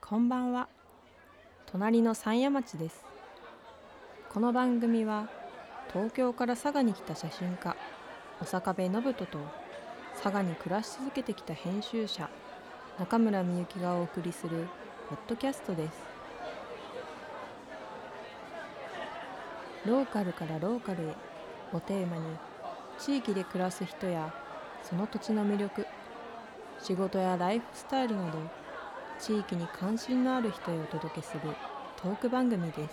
こんばんは。隣の山谷町です。この番組は東京から佐賀に来た写真家小坂部信人と佐賀に暮らし続けてきた編集者中村みゆきがお送りするポッドキャストです。ローカルからローカルへをテーマに地域で暮らす人やその土地の魅力、仕事やライフスタイルなど地域に関心のある人へお届けするトーク番組です。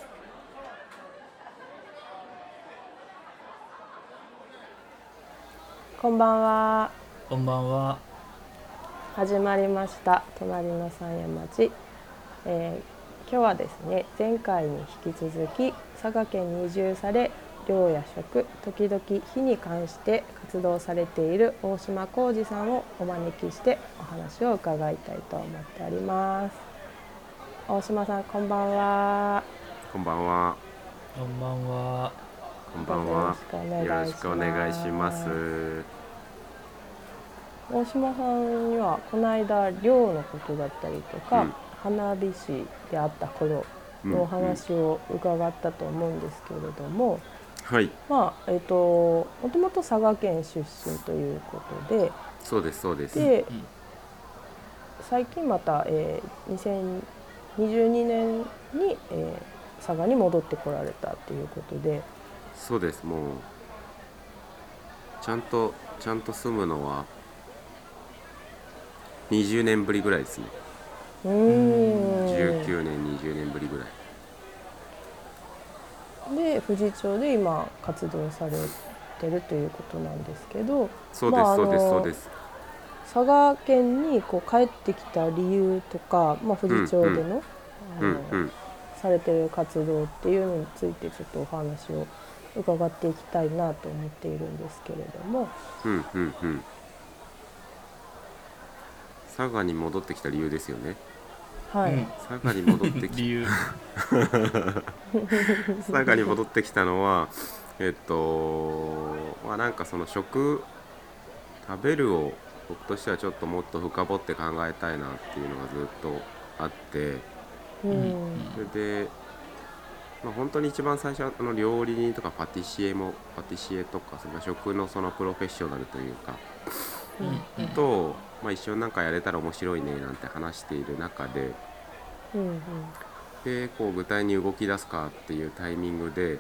こんばんは。 こんばんは。 始まりました隣の山谷町、今日はですね、前回に引き続き佐賀県に移住され漁や食、時々火に関して活動されている大島浩二さんをお招きしてお話を伺いたいと思っております。大島さん、こんばんは。 こんばんは。 こんばんは。 こんばんは。よろしくお願いします。 大島さんにはこの間漁のことだったりとか、花火師であった頃のお話を伺ったと思うんですけれども、 はい。 もともと佐賀県出身ということで、 そうですそうです。 で、最近また、2022年に、佐賀に戻ってこられたということで。 そうです。もうちゃんと住むのは20年ぶりぐらいですね。19年20年ぶりぐらいで富士町で今活動されてるということなんですけど、 そうですそうですそうです。 佐賀県にこう帰ってきた理由とか、富士町での、されてる活動っていうのについてちょっとお話を伺っていきたいなと思っているんですけれども。 佐賀に戻ってきた理由ですよね。 はい、 佐賀に戻ってき理由佐賀に戻ってきたのはなんかその食べるを僕としてはちょっともっと深掘って考えたいなっていうのがずっとあって、それで、本当に一番最初は料理人とかパティシエとかその食のそのプロフェッショナルというか、と、一緒になんかやれたら面白いねなんて話している中で、でこう具体に動き出すかっていうタイミングで、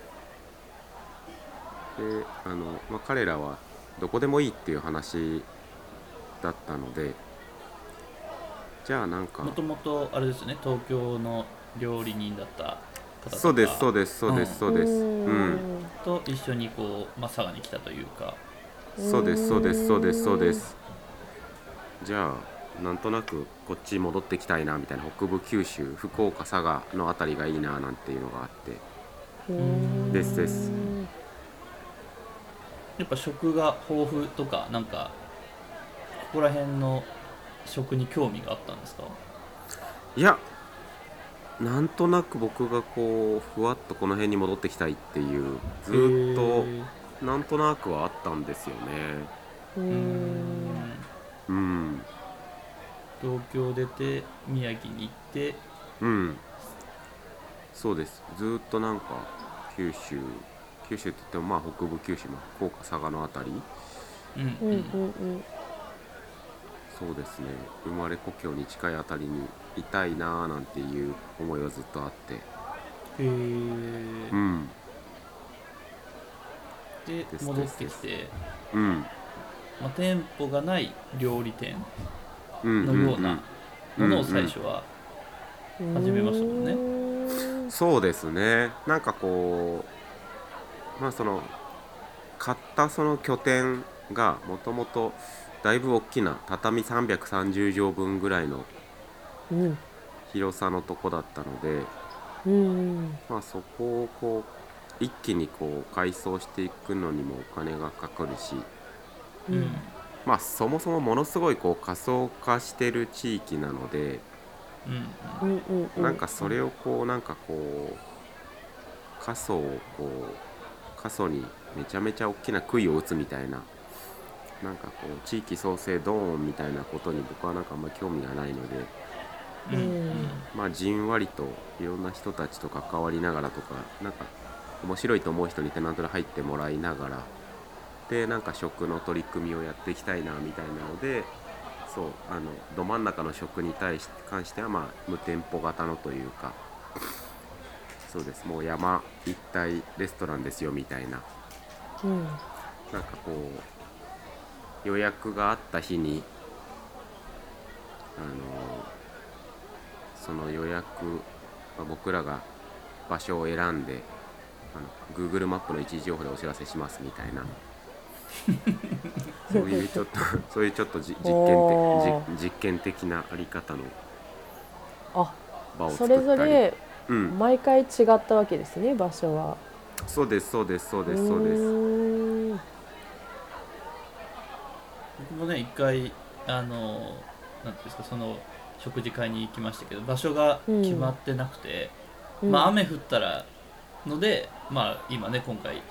彼らはどこでもいいっていう話だったので、じゃあなんかもともとあれですね、東京の料理人だった方とかそうですと一緒にこう、佐賀に来たというか。 そうです。じゃあなんとなくこっち戻ってきたいなみたいな、北部九州福岡佐賀のあたりがいいななんていうのがあってです。 やっぱ食が豊富とか、なんかここら辺の食に興味があったんですか？ いや、なんとなく僕がこうふわっとこの辺に戻ってきたいっていうずっとなんとなくはあったんですよね。 東京出て宮城に行って、 そうです。ずっとなんか九州って言っても北部九州、福岡佐賀のあたり、そうですね、生まれ故郷に近いあたりにいたいなーなんていう思いはずっとあって、 で戻ってきて、店舗がない料理店のようなものを最初は始めましたもんね。 そうですね。なんかこうその買ったその拠点がもともとだいぶ大きな畳330畳分ぐらいの広さのとこだったので、そこをこう一気にこう改装していくのにもお金がかかるし、そもそもものすごいこう過疎化してる地域なので、なんかそれをこう過疎にめちゃめちゃ大きな杭を打つみたいな、なんかこう地域創生ドーンみたいなことに僕はなんかあんまり興味がないので、 まあじんわりといろんな人たちと関わりながらとか、なんか面白いと思う人にテナントで入ってもらいながらで、なんか食の取り組みをやっていきたいなみたいなので、そうど真ん中の食に関してはまあ無店舗型のというか、そうです、もう山一帯レストランですよみたいな、なんかこう予約があった日にその予約、僕らが場所を選んでGoogle マップの位置情報でお知らせしますみたいなそういうちょっと実験的なあり方の場を作ったり、 それぞれ毎回違ったわけですね、場所は。 そうです。 僕もね一回なんていうんですか、その食事会に行きましたけど、場所が決まってなくて、まあ雨降ったらので、まあ今ね今回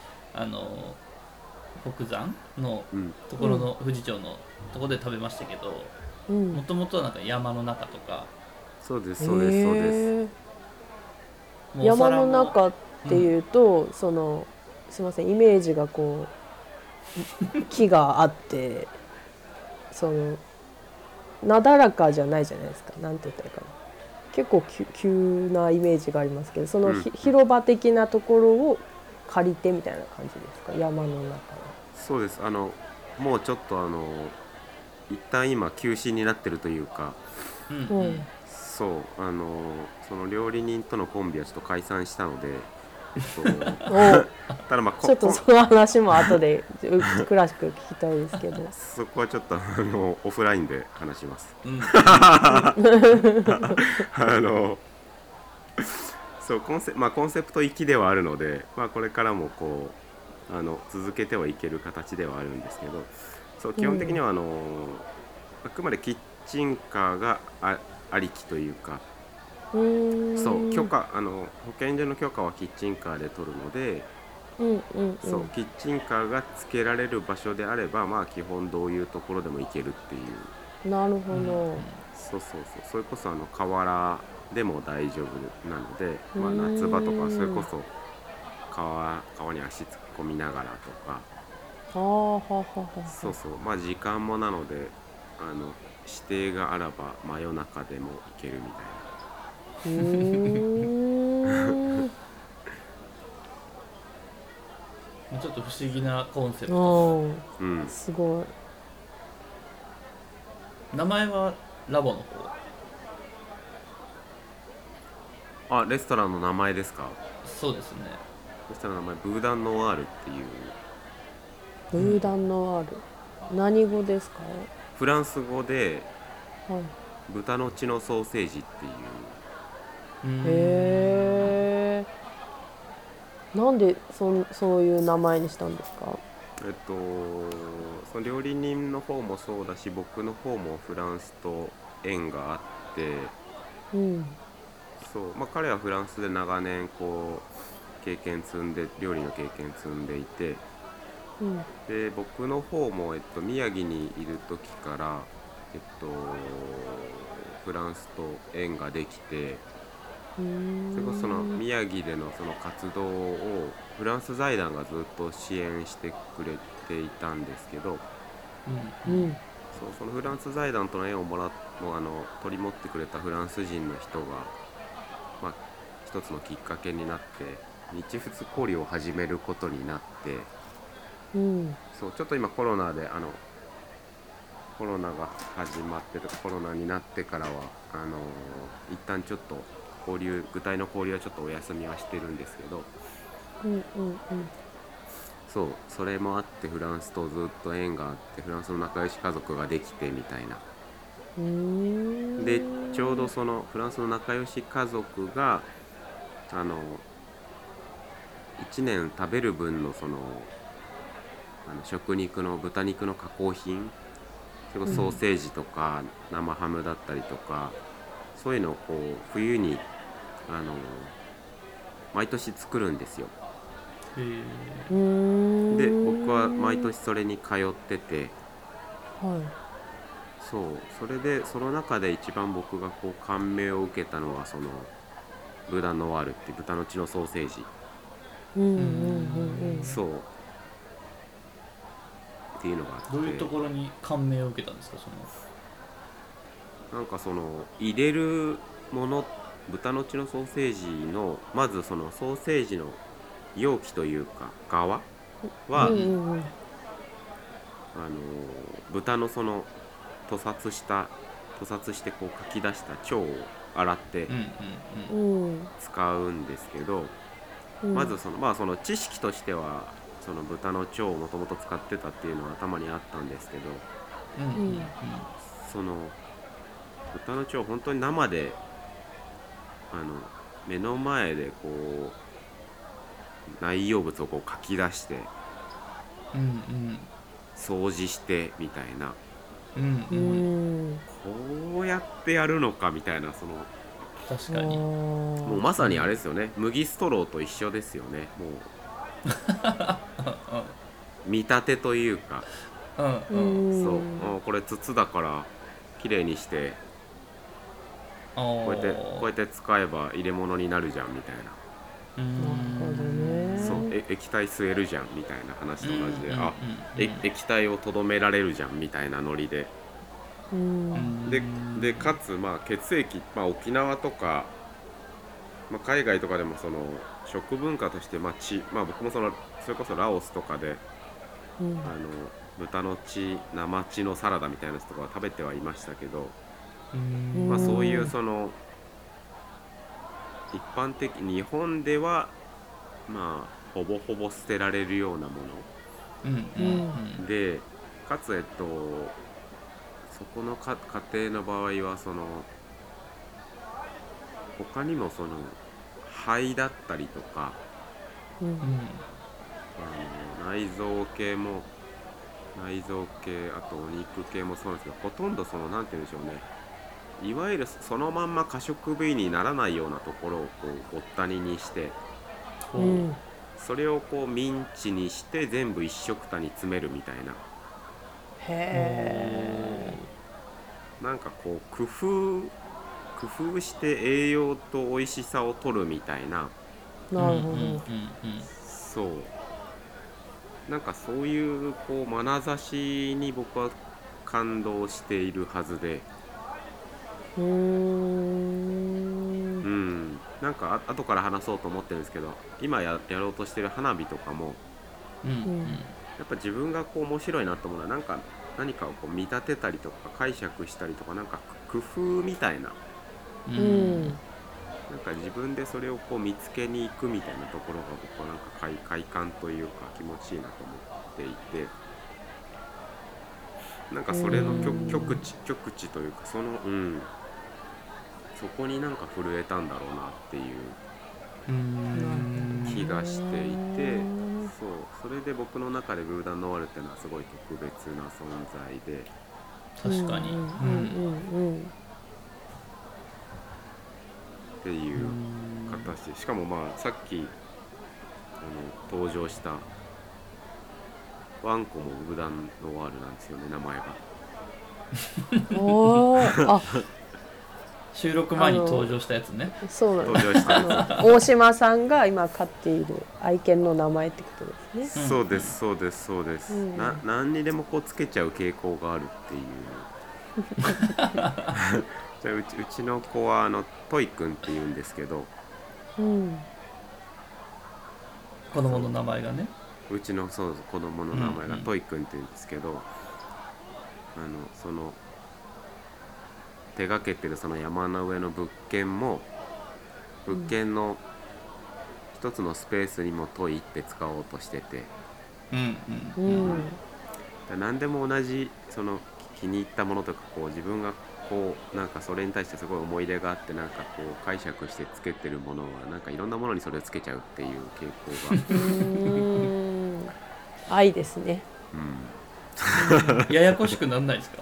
北山のところの富士町のところで食べましたけど、もともとはなんか山の中とか。 そうです。 山の中っていうと、そのすみません、イメージがこう木があってそのなだらかじゃないじゃないですか。なんて言ったらいいかな、結構急なイメージがありますけど、その、広場的なところを借りてみたいな感じですか、山の中の。 そうです。もうちょっと一旦今休止になってるというか、そうその料理人とのコンビはちょっと解散したので、ただまあちょっとその話も後で詳しく聞きたいですけどそこはちょっとオフラインで話します。そうコンセプト行きではあるので、まあ、これからもこう続けてはいける形ではあるんですけど、そう基本的にはあくまでキッチンカーがありきというか、そう許可保健所の許可はキッチンカーで取るので、そうキッチンカーがつけられる場所であれば、まあ基本どういうところでも行けるっていう。 なるほど。 それこそ河原でも大丈夫なので、まあ、夏場とかそれこそ川に足突っ込みながらとか、まあ時間もなので指定があらば真夜中でも行けるみたいな。 ちょっと不思議なコンセプト。 すごい。 名前はラボの方。レストランの名前ですか？ そうですね。 レストランの名前ブーダンノワールっていう。 ブーダンノワール、何語ですか？ フランス語で、豚の血のソーセージっていう。 へえ。なんでそういう名前にしたんですか？ その料理人の方もそうだし、僕の方もフランスと縁があって、彼はフランスで長年こう料理の経験積んでいて、で僕の方も、宮城にいる時から、フランスと縁ができて、それこそその宮城でのその活動をフランス財団がずっと支援してくれていたんですけど、そのフランス財団との縁を取り持ってくれたフランス人の人が、まあ、一つのきっかけになって日仏交流を始めることになって、そうちょっと今コロナでコロナが始まってとかコロナになってからは一旦ちょっと具体の交流はちょっとお休みはしてるんですけど、それもあってフランスとずっと縁があって、フランスの仲良し家族ができてみたいな。でちょうどそのフランスの仲良し家族が1年食べる分の食肉の豚肉の加工品、それこそソーセージとか生ハムだったりとか、そういうのをこう冬に毎年作るんですよ。で僕は毎年それに通ってて、 そうそれでその中で一番僕がこう感銘を受けたのはそのブダノワールっていう豚の血のソーセージ、そうっていうのがあって、 どういうところに感銘を受けたんですか？ なんかその入れるもの、豚の血のソーセージのまずそのソーセージの容器というか側は、豚のその屠殺してこうかき出した腸を洗って使うんですけど、まずそのその知識としてはその豚の腸をもともと使ってたっていうのは頭にあったんですけど、その豚の腸を本当に生で目の前でこう内容物をこうかき出して掃除してみたいな、こうやってやるのかみたいな、その確かにもうまさにあれですよね、麦ストローと一緒ですよね、もう見立てというか、そうこれ筒だからきれいにしてこうやって使えば入れ物になるじゃんみたいな、そう液体吸えるじゃんみたいな話と同じで、液体をとどめられるじゃんみたいなノリで、でかつ血液、沖縄とか、海外とかでもその食文化として血、僕もそれこそラオスとかで、豚の血生血のサラダみたいなやつとかは食べてはいましたけど、そういうその一般的日本ではほぼほぼ捨てられるようなもの、でかつそこの家庭の場合はその他にもその肺だったりとか、内臓系あとお肉系もそうなんですけど、ほとんどそのなんて言うんでしょうね、いわゆるそのまんま可食部位にならないようなところをこうごったににして、それをこうミンチにして全部一緒くたに詰めるみたいな、なんかこう工夫して栄養と美味しさを取るみたいな、そうなんかそういうこう眼差しに僕は感動しているはずで、なんか後から話そうと思ってるんですけど、今やろうとしてる花火とかも、やっぱ自分がこう面白いなと思うのは何かをこう見立てたりとか解釈したりとか、なんか工夫みたいな、なんか自分でそれをこう見つけに行くみたいなところが僕はなんか快感というか気持ちいいなと思っていて、なんかそれの極致というか、そこになんか震えたんだろうなっていう気がしていて、それで僕の中でブーダンノワールっていうのはすごい特別な存在で、 確かに、 っていう形で、しかもさっき登場したワンコもブーダンノワールなんですよね、名前が。 収録前に登場したやつね。 そうなんです。大島さんが今飼っている愛犬の名前ってことですね。 そうです。何にでもこうつけちゃう傾向があるっていうじゃあうちの子はトイくんっていうんですけど、 子供の名前がね、 うちの子供の名前がトイくんっていうんですけど、その手がけてるその山の上の物件も、物件の一つのスペースにもトイって使おうとしてて、何でも同じその気に入ったものとか、こう自分がこうなんかそれに対してすごい思い入れがあって、なんかこう解釈してつけてるものはなんかいろんなものにそれをつけちゃうっていう傾向が愛ですね。 ややこしくなんないですか？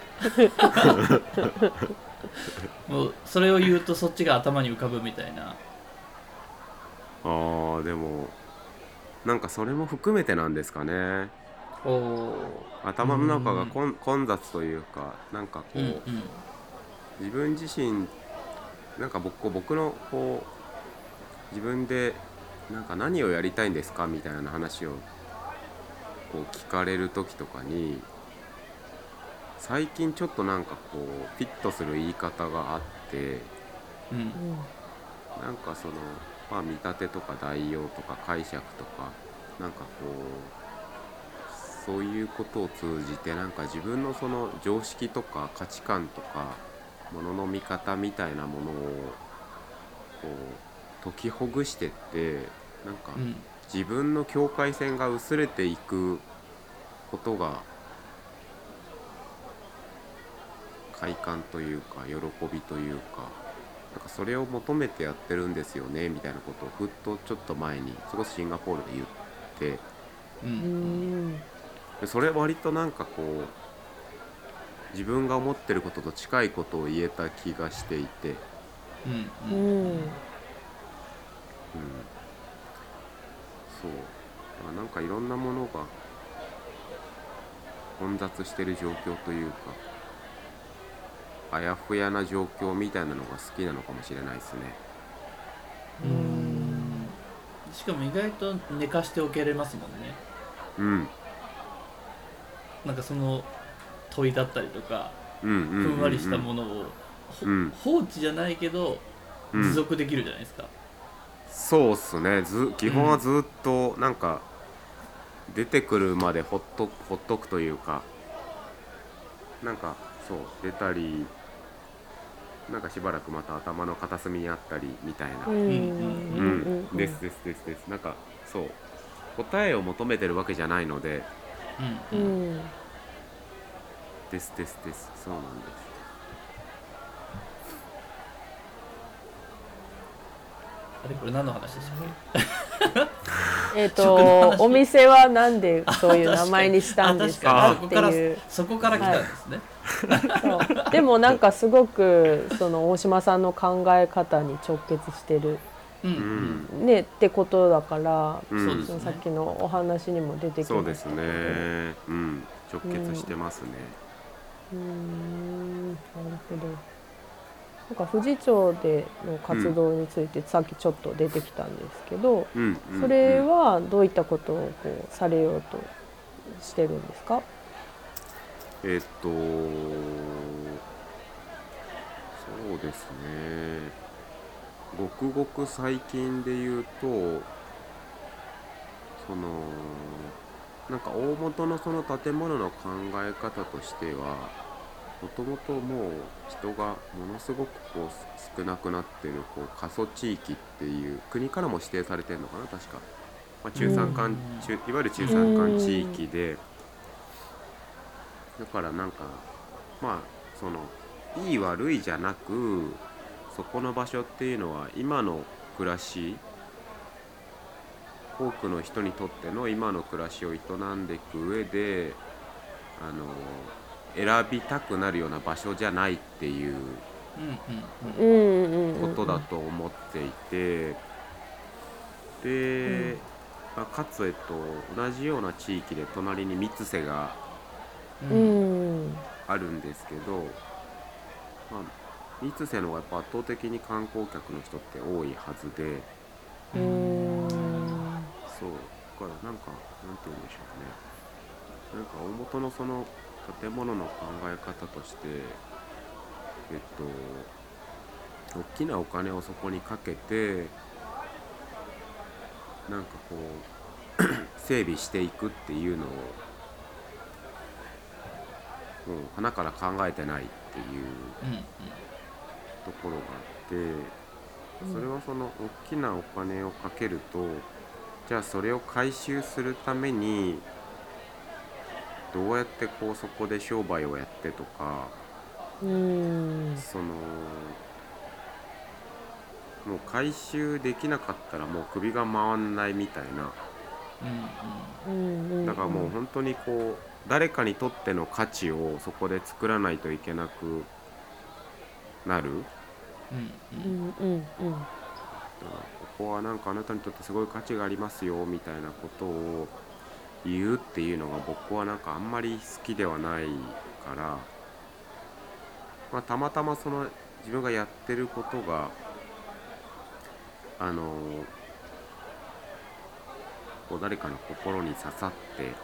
もうそれを言うとそっちが頭に浮かぶみたいな。 でもなんかそれも含めてなんですかね。 頭の中が混雑というか、なんかこう、自分自身なんか僕のこう自分でなんか何をやりたいんですかみたいな話をこう聞かれる時とかに、最近ちょっとなんかこうフィットする言い方があって、なんかそのまあ見立てとか代用とか解釈とかなんかこうそういうことを通じてなんか自分のその常識とか価値観とかものの見方みたいなものをこう解きほぐしてって、なんか自分の境界線が薄れていくことが快感というか喜びというか、なんかそれを求めてやってるんですよねみたいなことをふっとちょっと前にそれこそシンガポールで言って、でそれ割となんかこう自分が思ってることと近いことを言えた気がしていて、そうだからなんかいろんなものが混雑してる状況というかあやふやな状況みたいなのが好きなのかもしれないですね。 しかも意外と寝かしておけれますもんね。なんかその問いだったりとかふんわりしたものを放置じゃないけど持続できるじゃないですか。 そうっすね。基本はずっとなんか出てくるまでほっとくというか、なんかそう出たりなんかしばらくまた頭の片隅にあったりみたいな。です。なんかそう答えを求めてるわけじゃないので、ですそうなんです。 あれこれ何の話でしたっけ？お店はなんでそういう名前にしたんですかっていう。 そこから来たんですね。 そうでもなんかすごくその大島さんの考え方に直結してる、ねってことだから、そのさっきのお話にも出てきましたけど。 そうですね。直結してますね。 なるほど。なんか富士町での活動についてさっきちょっと出てきたんですけど、それはどういったことをこうされようとしてるんですか？ そうですね。ごくごく最近で言うと、そのなんか大元のその建物の考え方としては。もともともう人がものすごくこう少なくなってるこう過疎地域っていう国からも指定されてるのかな確か、中山間いわゆる中山間地域で、だからなんかまあそのいい悪いじゃなくそこの場所っていうのは今の暮らし多くの人にとっての今の暮らしを営んでいく上で選びたくなるような場所じゃないっていうことだと思っていて、で、かつ同じような地域で隣に三瀬があるんですけど、三瀬の方がやっぱ圧倒的に観光客の人って多いはずで、そうだからなんかなんて言うんでしょうね、なんか大元のその建物の考え方として大きなお金をそこにかけてなんかこう整備していくっていうのをもう花から考えてないっていうところがあって、それはその大きなお金をかけるとじゃあそれを回収するためにどうやってこうそこで商売をやってとか、そのもう回収できなかったらもう首が回んないみたいな、だからもう本当にこう誰かにとっての価値をそこで作らないといけなくなる。だからここはなんかあなたにとってすごい価値がありますよみたいなことを言うっていうのが僕はなんかあんまり好きではないから、まあ、たまたまその自分がやってることがこう誰かの心に刺さって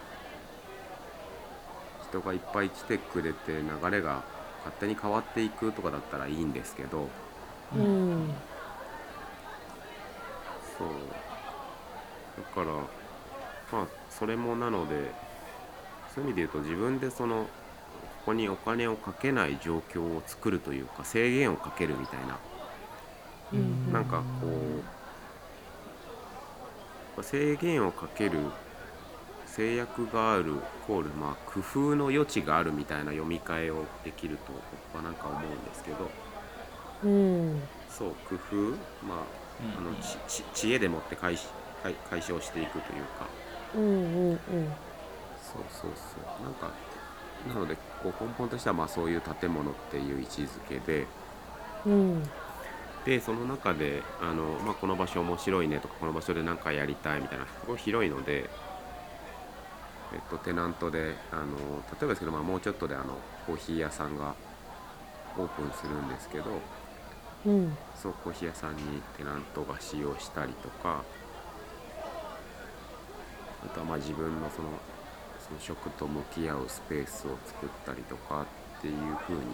人がいっぱい来てくれて流れが勝手に変わっていくとかだったらいいんですけど、 うん、 そうだからまあそれもなので、そういう意味で言うと自分でそのここにお金をかけない状況を作るというか、制限をかけるみたいな、 うん、 なんかこう制限をかける、制約があるイコール、まあ工夫の余地があるみたいな読み替えをできると僕はなんか思うんですけど、 うん、 そう工夫、まあ知恵でもって解消していくというか、 うん、うん、 そうそうそう、なんかなのでこう根本としてはまあそういう建物っていう位置づけで、 うん、 でその中でまあ、この場所面白いねとかこの場所で何かやりたいみたいなすごい広いので、テナントで例えばですけど、まあ、もうちょっとでコーヒー屋さんがオープンするんですけど、 うん、 そうコーヒー屋さんにテナントが使用したりとか、あとはまあ自分のその食と向き合うスペースを作ったりとかっていう風に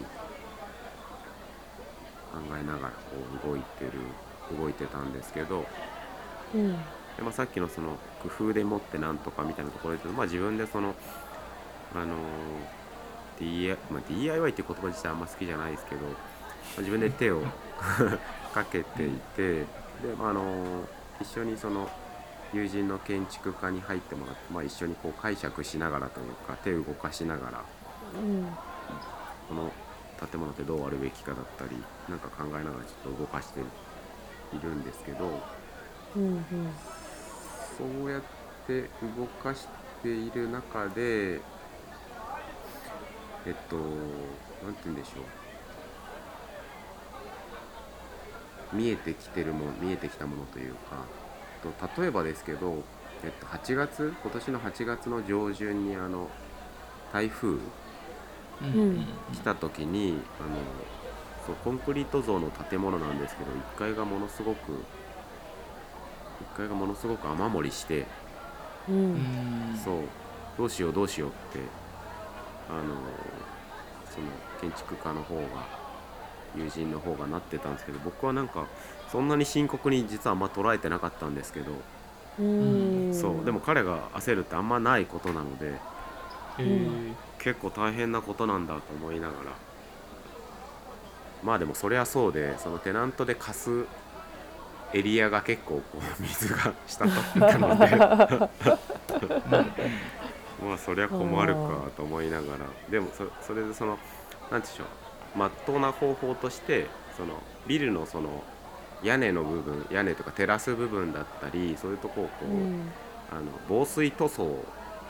考えながらこう動いてたんですけど、 うん、 で、まあ、さっきのその工夫でもってなんとかみたいなところで、まあ、自分でそのDIY っていう言葉自体あんま好きじゃないですけど、まあ、自分で手をかけていて、で、まあ一緒にその友人の建築家に入ってもらって、まあ、一緒にこう解釈しながらというか手を動かしながらこの建物ってどうあるべきかだったりなんか考えながらちょっと動かしているんですけど、 うん、 そうやって動かしている中でなんて言うんでしょう、見えてきたものというか、例えばですけど、今年の8月の上旬に台風来た時にそうコンクリート造の建物なんですけど、1階がものすごく雨漏りして、 うん、 そうどうしようってその建築家の方が友人の方がなってたんですけど、僕はなんかそんなに深刻に実はあんま捉えてなかったんですけど、 うん、 そうでも彼が焦るってあんまないことなので、結構大変なことなんだと思いながら、まあでもそりゃそうで、そのテナントで貸すエリアが結構こう水が滴っていたのでまあそりゃ困るかと思いながら、でもそれでそのなんていうんでしょう、まっとうな方法としてそのビルのその屋根とかテラス部分だったり、そういうとこをこう、防水塗装を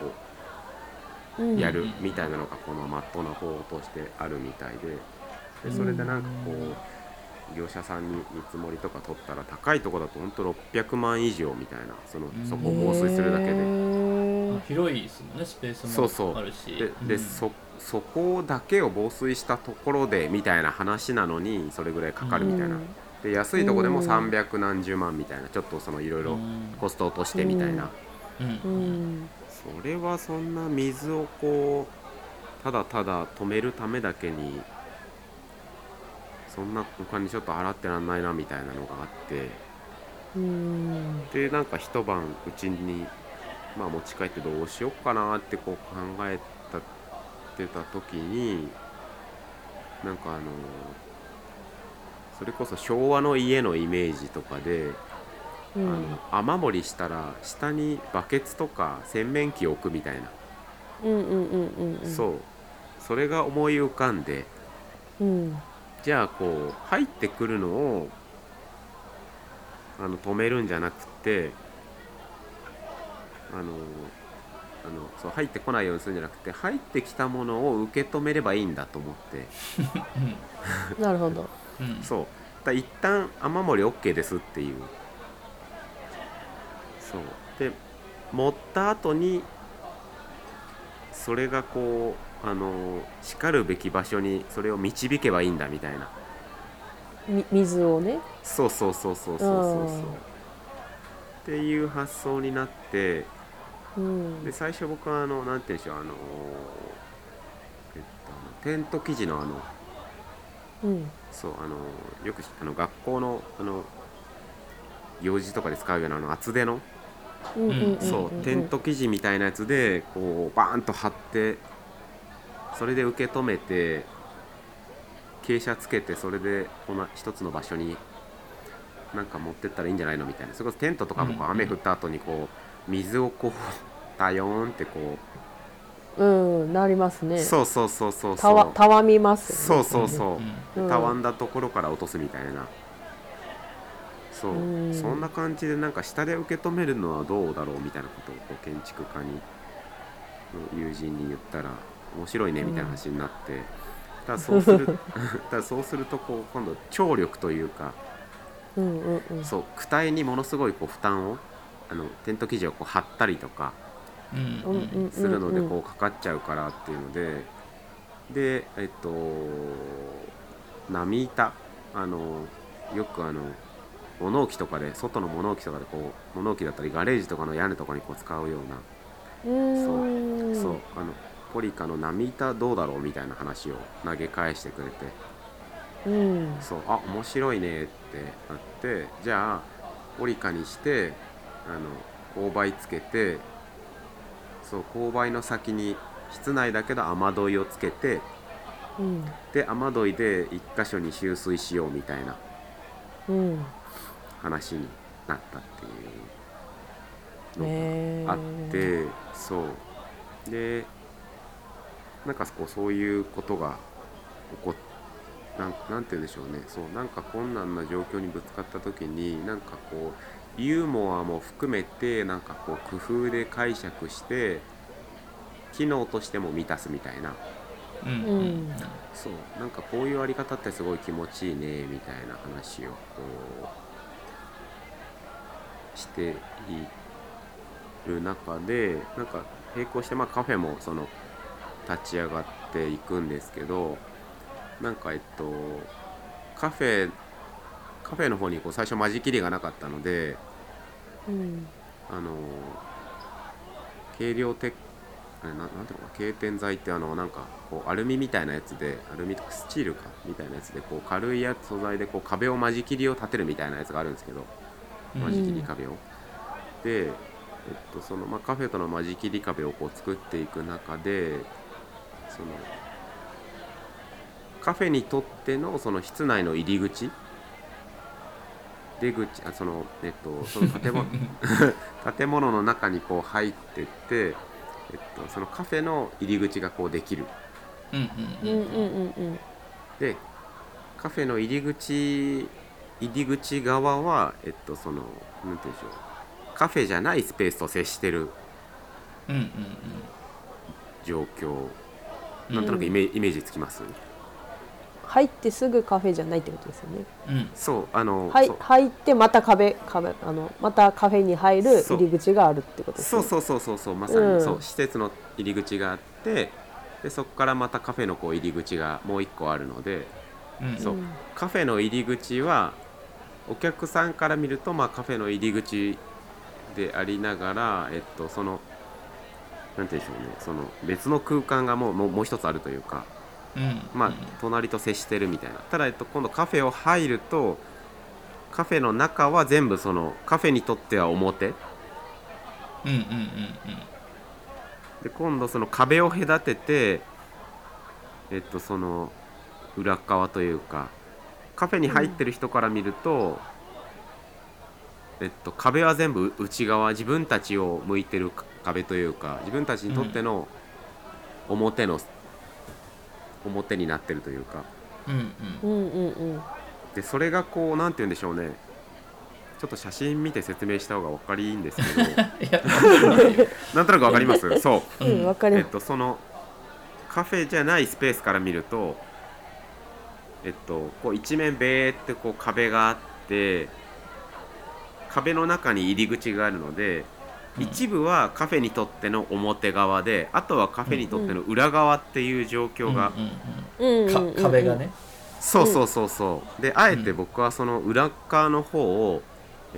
やるみたいなのがこのまっとうな方法としてあるみたいで、それでなんかこう業者さんに見積もりとか取ったら高いとこだとほんと600万以上みたいな、そこを防水するだけで広いですもんね、スペースもあるし、 でそこだけを防水したところでみたいな話なのにそれぐらいかかるみたいな、で安いとこでも300何十万みたいな、ちょっとそのいろいろコスト落としてみたいな、それはそんな水をこうただただ止めるためだけにそんなお金ちょっと払ってらんないなみたいなのがあって、でなんか一晩うちに、まあ、持ち帰ってどうしようかなってこう考えてた時に、なんかそれこそ昭和の家のイメージとかで、雨漏りしたら下にバケツとか洗面器を置くみたいな、そうそれが思い浮かんで、じゃあこう入ってくるのを止めるんじゃなくて、そう入ってこないようにするんじゃなくて、入ってきたものを受け止めればいいんだと思ってなるほど、 そうだ一旦雨漏り OK ですっていう、そうで持った後にそれがこうしかるべき場所にそれを導けばいいんだみたいな。 水をね。 そうそうそうそうそうそうそうっていう発想になって、で最初僕はなんて言うんでしょう、テント生地のそうよく学校の行事とかで使うような厚手のそうテント生地みたいなやつでこうバーンと貼って、それで受け止めて傾斜つけて、それで一つの場所になんか持ってったらいいんじゃないのみたいな。それこそテントとかもこう雨降った後にこう水をこうタヨーンってこうなりますね。 そうそうそうそうそう、 たわみますよね。そうそうそう、たわんだところから落とすみたいな。そう、そんな感じでなんか下で受け止めるのはどうだろうみたいなことをこう建築家に友人に言ったら面白いねみたいな話になって、ただそうするとこう今度張力というか、そう躯体にものすごいこう負担をテント生地をこう貼ったりとかするのでこうかかっちゃうからっていうので、波板よく物置とかで、外の物置とかでこう物置だったりガレージとかの屋根とかにこう使うような、そうポリカの波板どうだろうみたいな話を投げ返してくれて、そう面白いねってなって、じゃあポリカにして勾配つけて、そう勾配の先に室内だけど雨どいをつけて、で雨どいで一箇所に集水しようみたいな話になったっていうのがあって、そうでなんかそういうことが起こって、なんて言うんでしょうね、そうなんか困難な状況にぶつかった時になんかこうユーモアも含めてなんかこう工夫で解釈して機能としても満たすみたいな、そうなんかこういうあり方ってすごい気持ちいいねみたいな話をこうしている中で、なんか並行してカフェもその立ち上がっていくんですけど、なんかカフェの方にこう最初間仕切りがなかったので、軽量なんていうのか軽天材ってなんかこうアルミみたいなやつで、アルミとかスチールかみたいなやつでこう軽い素材でこう壁を間仕切りを立てるみたいなやつがあるんですけど、間仕切り壁をで、そのカフェとの間仕切り壁をこう作っていく中で、そのカフェにとってのその室内の入り口出口その建物の中にこう入ってって、そのカフェの入り口がこうできる。でカフェの入り口側はそのなんていうんでしょう、カフェじゃないスペースと接してる状況、なんとなくイメージつきます？ 入ってすぐカフェじゃないってことですよね。 そう入ってまたまたカフェに入る入り口があるってことですね。 そうまさにそう、施設の入り口があって、でそこからまたカフェのこう入り口がもう一個あるので、そうカフェの入り口はお客さんから見るとカフェの入り口でありながら、そのなんて言うんでしょうね、その別の空間がもう一つあるというか、隣と接してるみたいな。ただ、今度カフェを入るとカフェの中は全部そのカフェにとっては表、で今度その壁を隔ててその裏側というかカフェに入ってる人から見ると、壁は全部内側、自分たちを向いてる壁というか、自分たちにとっての表になってるというか、でそれがこうなんて言うんでしょうね、ちょっと写真見て説明した方が分かりいいんですけどなんとなく分かります？そう、 分かります。 そのカフェじゃないスペースから見るとこう一面ベーってこう壁があって、壁の中に入り口があるので、 一部はカフェにとっての表側で、あとはカフェにとっての裏側っていう状況が、 壁がね。 そうそうそうそう。であえて僕はその裏側の方を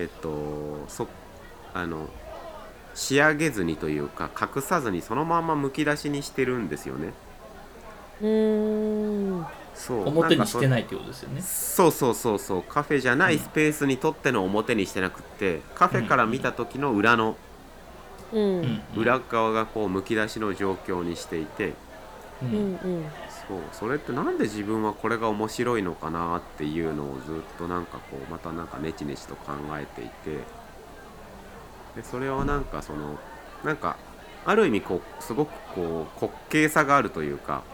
仕上げずにというか隠さずにそのままむき出しにしてるんですよね。 そう表にしてないってことですよね。 そうそうそうそう。カフェじゃないスペースにとっての表にしてなくって、カフェから見た時の裏の、裏側がこうむき出しの状況にしていて、そうそれってなんで自分はこれが面白いのかなっていうのをずっとなんかこうまたなんかネチネチと考えていて、でそれはなんかそのなんかある意味こうすごくこう滑稽さがあるというか、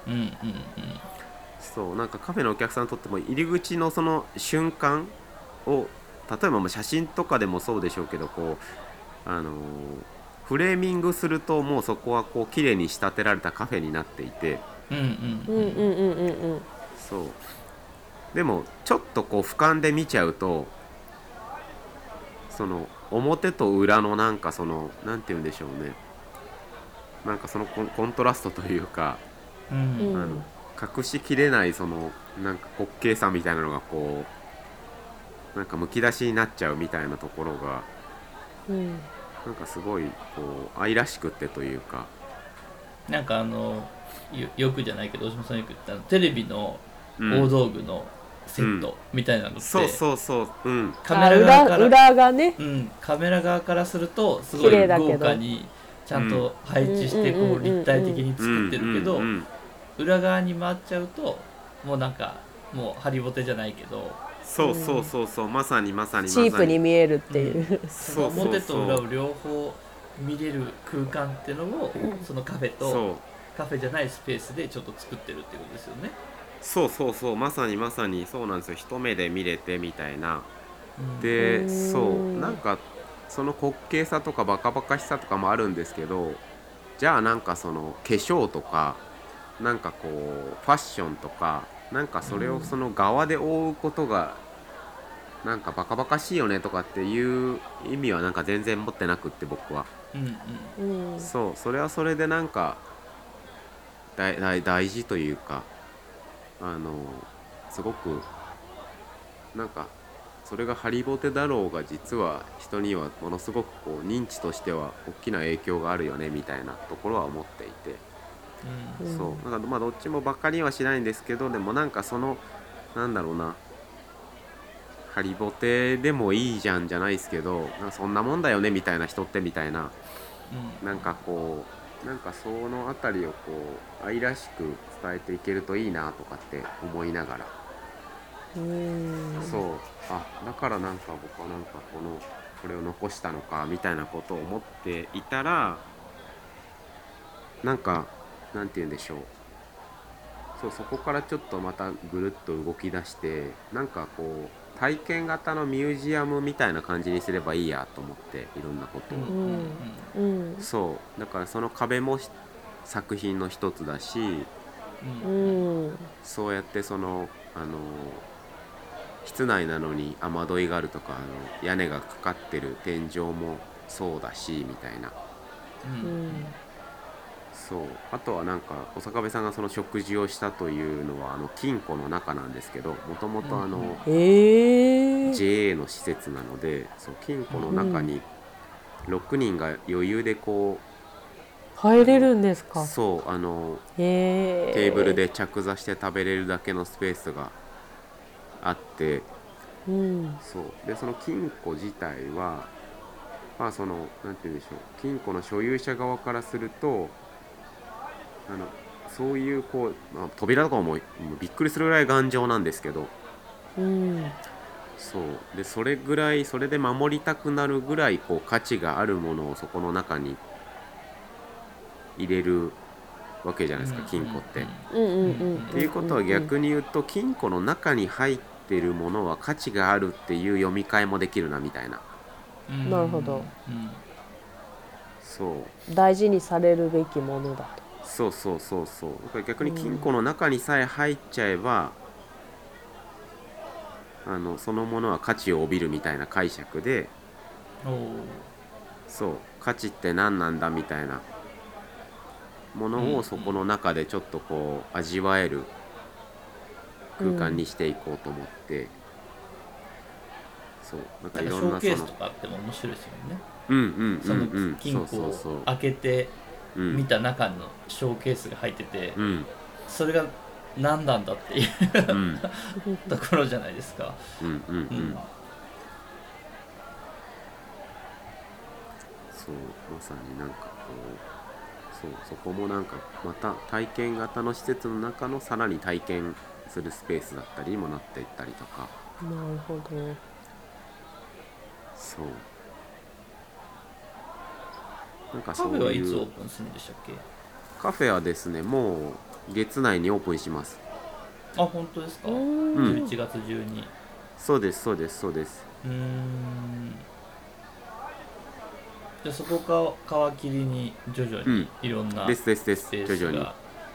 そうなんかカフェのお客さんにとっても入り口のその瞬間を例えば写真とかでもそうでしょうけどこうフレーミングするともうそこはこう綺麗に仕立てられたカフェになっていて、そうでもちょっとこう俯瞰で見ちゃうとその表と裏のなんかそのなんて言うんでしょうね、なんかそのコントラストというか、隠しきれないそのなんか滑稽さみたいなのがこうなんかむき出しになっちゃうみたいなところが、なんかすごいこう愛らしくってというか、 なんかよくじゃないけど大島さんよく言ったテレビの大道具のセットみたいなのって、 そうそうそう、 カメラ側から裏がね、 カメラ側からするとすごい豪華にちゃんと配置してこう立体的に作ってるけど、裏側に回っちゃうともうなんかもうハリボテじゃないけど、 そうそうそうそう、まさにまさにチープに見えるっていう、 その表と裏を両方見れる空間っていうのをそのカフェとカフェじゃないスペースでちょっと作ってるってことですよね。 そうそうそう、まさにまさにそうなんですよ。一目で見れてみたいな、でそうなんかその滑稽さとかバカバカしさとかもあるんですけど、じゃあなんかその化粧とかなんかこうファッションとかなんかそれをその側で覆うことがなんかバカバカしいよねとかっていう意味はなんか全然持ってなくって僕は、そうそれはそれでなんか大事というかすごくなんかそれがハリボテだろうが実は人にはものすごくこう認知としては大きな影響があるよねみたいなところは思っていて、そうなんかまあどっちもバカにはしないんですけど、でもなんかそのなんだろうな、ハリボテでもいいじゃんじゃないですけど、なんかそんなもんだよねみたいな人ってみたいな、なんかこうなんかそのあたりをこう愛らしく伝えていけるといいなとかって思いながら、そうだからなんか僕はなんかこれを残したのかみたいなことを思っていたら、なんかなんて言うんでしょう、そこからちょっとまたぐるっと動き出して、なんかこう体験型のミュージアムみたいな感じにすればいいやと思って、いろんなことを、そうだからその壁も作品の一つだし、そうやってその室内なのに雨どいがあるとか屋根がかかってる天井もそうだしみたいな、そうあとはなんか小坂部さんがその食事をしたというのは金庫の中なんですけど、もともとJA の施設なので、そう金庫の中に6人が余裕でこう入れるんですか。 そうテーブルで着座して食べれるだけのスペースがあって、そうでその金庫自体はまあそのなんて言うんでしょう、金庫の所有者側からするとそういうこう、扉とかもびっくりするぐらい頑丈なんですけど、そうでそれぐらいそれで守りたくなるぐらいこう価値があるものをそこの中に入れるわけじゃないですか、金庫って。っていうことは逆に言うと金庫の中に入ってるものは価値があるっていう読み替えもできるなみたいな。 なるほど。 そう大事にされるべきものだと。 そうそうそうそう。だから逆に金庫の中にさえ入っちゃえば、そのものは価値を帯びるみたいな解釈で、 そう価値って何なんだみたいなものをそこの中でちょっとこう味わえる空間にしていこうと思って、そうなんかいろんなショーケースとかあっても面白いですよね。その金庫をそう開けて見た中のショーケースが入ってて、それが何なんだっていうところじゃないですか。 そうまさになんかこうそこもなんかまた体験型の施設の中のさらに体験するスペースだったりにもなっていったりとか。 なるほど。 そうなんかカフェはいつオープンするんでしたっけ？ カフェはですねもう月内にオープンします。 あ、本当ですか？11月中に。 そうですそうですそうです。 じゃあそこか皮切りに徐々にいろんなです徐々に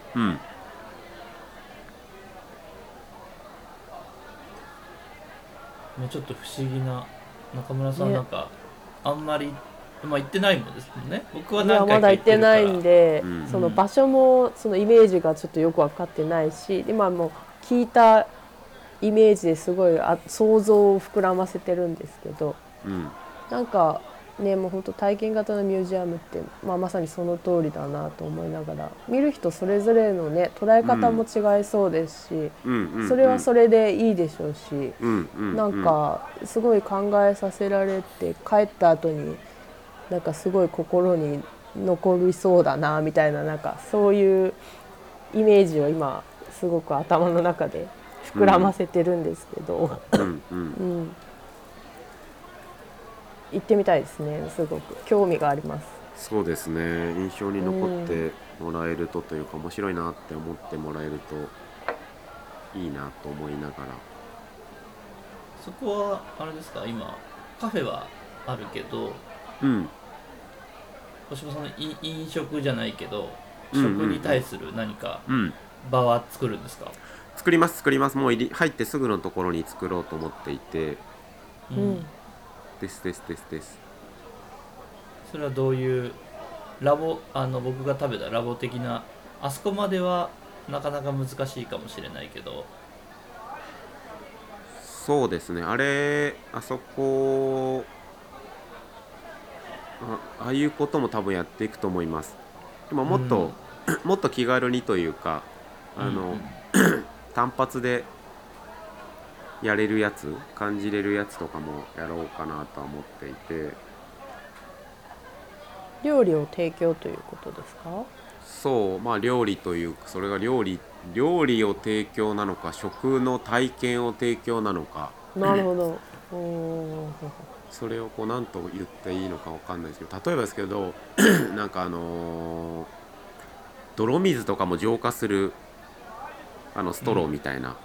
もうちょっと不思議な中村さんなんかあんまり行ってないもんですもんね。僕は何回か行ってるから。 まだ行ってないんで、その場所もそのイメージがちょっとよく分かってないし、今もう聞いたイメージですごい想像を膨らませてるんですけど、なんかねもう本当体験型のミュージアムって、まさにその通りだなと思いながら、見る人それぞれのね捉え方も違いそうですし、それはそれでいいでしょうし、なんかすごい考えさせられて帰った後になんかすごい心に残りそうだなみたいな、なんかそういうイメージを今すごく頭の中で膨らませてるんですけど、行ってみたいですね。すごく興味があります。 そうですね、印象に残ってもらえるとというか面白いなって思ってもらえるといいなと思いながら。 そこはあれですか、今カフェはあるけど、星野さんの飲食じゃないけど、食に対する何か場は作るんですか？ 作りますもう入ってすぐのところに作ろうと思っていて、です。 それはどういう僕が食べたラボ的な、あそこまではなかなか難しいかもしれないけど。 そうですね、あそこああいうことも多分やっていくと思います。でももっと気軽にというか、単発でやれるやつ、感じれるやつとかもやろうかなとは思っていて。 料理を提供ということですか？ そう、料理というか、それが料理を提供なのか、食の体験を提供なのか。 なるほど。 それをこう何と言っていいのか分かんないですけど、例えばですけどなんか泥水とかも浄化するストローみたいな、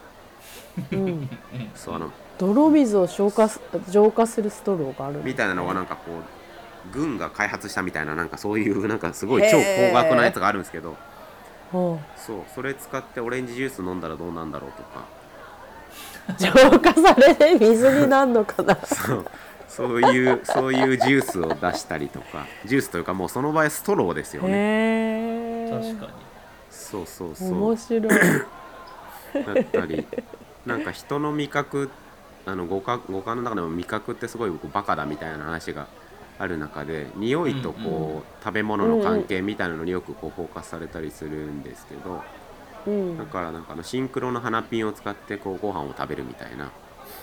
そう泥水を浄化するストローがあるみたいなのがなんかこう軍が開発したみたいな、なんかそういうなんかすごい超高額なやつがあるんですけど、それ使ってオレンジジュース飲んだらどうなんだろうとか。 浄化されて水になるのかなそういうジュースを出したりとか、ジュースというかもうその場合ストローですよね。 確かに。 そう面白いだったり、なんか人の味覚、五感の中でも味覚ってすごいバカだみたいな話がある中で、匂いとこう、食べ物の関係みたいなのによくこうフォーカスされたりするんですけど、だからなんかシンクロの花ピンを使ってこうご飯を食べるみたいな。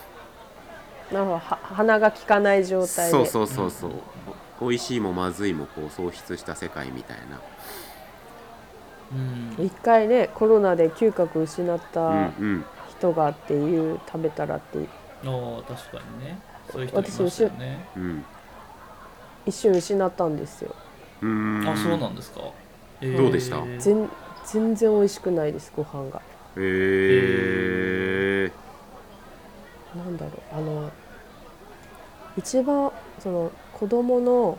鼻が利かない状態で。 そう美味しいもまずいもこう喪失した世界みたいな。 一回ねコロナで嗅覚失った人がっていう、食べたらっていう。 確かにね、そういう人いましたよね。 一瞬失ったんですよ。 あ、そうなんですか。 どうでした？ 全然美味しくないです、ご飯が。なんだろう、一番その子供の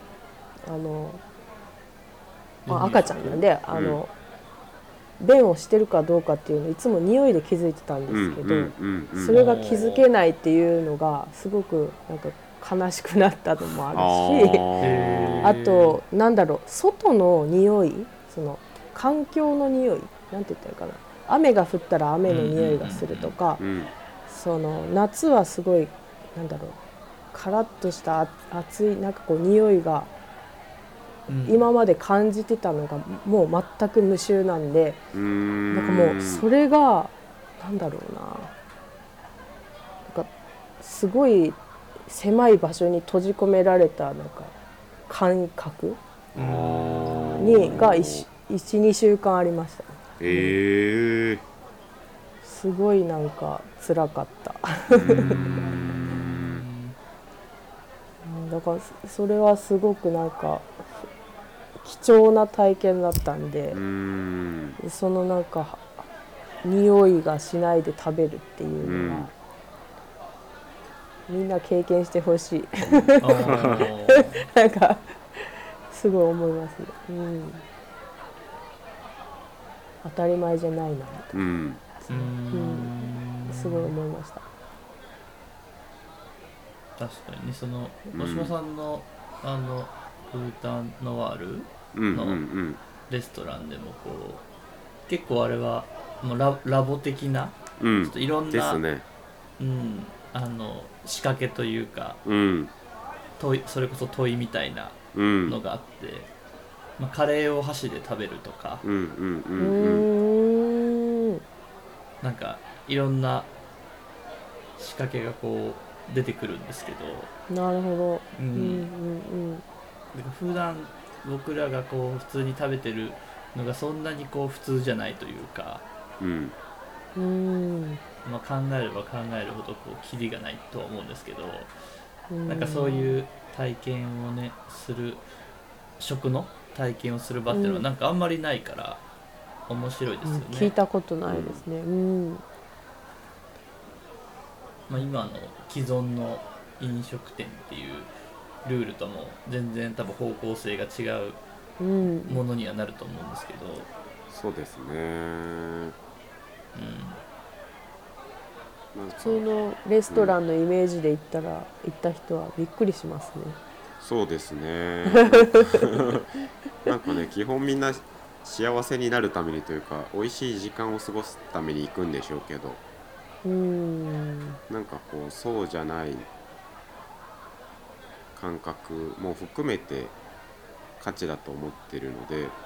赤ちゃんなんで便をしてるかどうかっていうのをいつも匂いで気づいてたんですけど、それが気づけないっていうのがすごくなんか悲しくなったのもあるし、あとなんだろう、外の匂い、その環境の匂い、なんて言ったらいいかな、雨が降ったら雨の匂いがするとか、その夏はすごいなんだろう、カラッとした暑いなんかこう匂いが今まで感じてたのがもう全く無臭なんで、なんかもうそれがなんだろうな、なんかすごい狭い場所に閉じ込められたなんか感覚が12週間ありましたね。すごいなんか辛かっただからそれはすごくなんか貴重な体験だったんで、そのなんか匂いがしないで食べるっていうのは、みんな経験してほしいなんかすごい思いますね、当たり前じゃないなと、すごい思いました。 確かにね、その大島さんのブータンノワールのレストランでもこう結構あれはもうラボ的な、ちょっといろんなですね、仕掛けというか、それこそ問いみたいなのがあって、カレーを箸で食べるとか、なんかいろんな仕掛けがこう出てくるんですけど、 なるほど、 普段僕らがこう普通に食べてるのがそんなにこう普通じゃないというか、考えれば考えるほどこうキリがないとは思うんですけど、なんかそういう体験をねする、食の体験をする場っていうのはなんかあんまりないから面白いですよね。 聞いたことないですね。 今の既存の飲食店っていうルールとも全然多分方向性が違うものにはなると思うんですけど、 そうですね、 普通のレストランのイメージで行った人はびっくりしますね。 そうですねなんかね、基本みんな幸せになるためにというか美味しい時間を過ごすために行くんでしょうけど、なんかこうそうじゃない感覚も含めて価値だと思ってるので、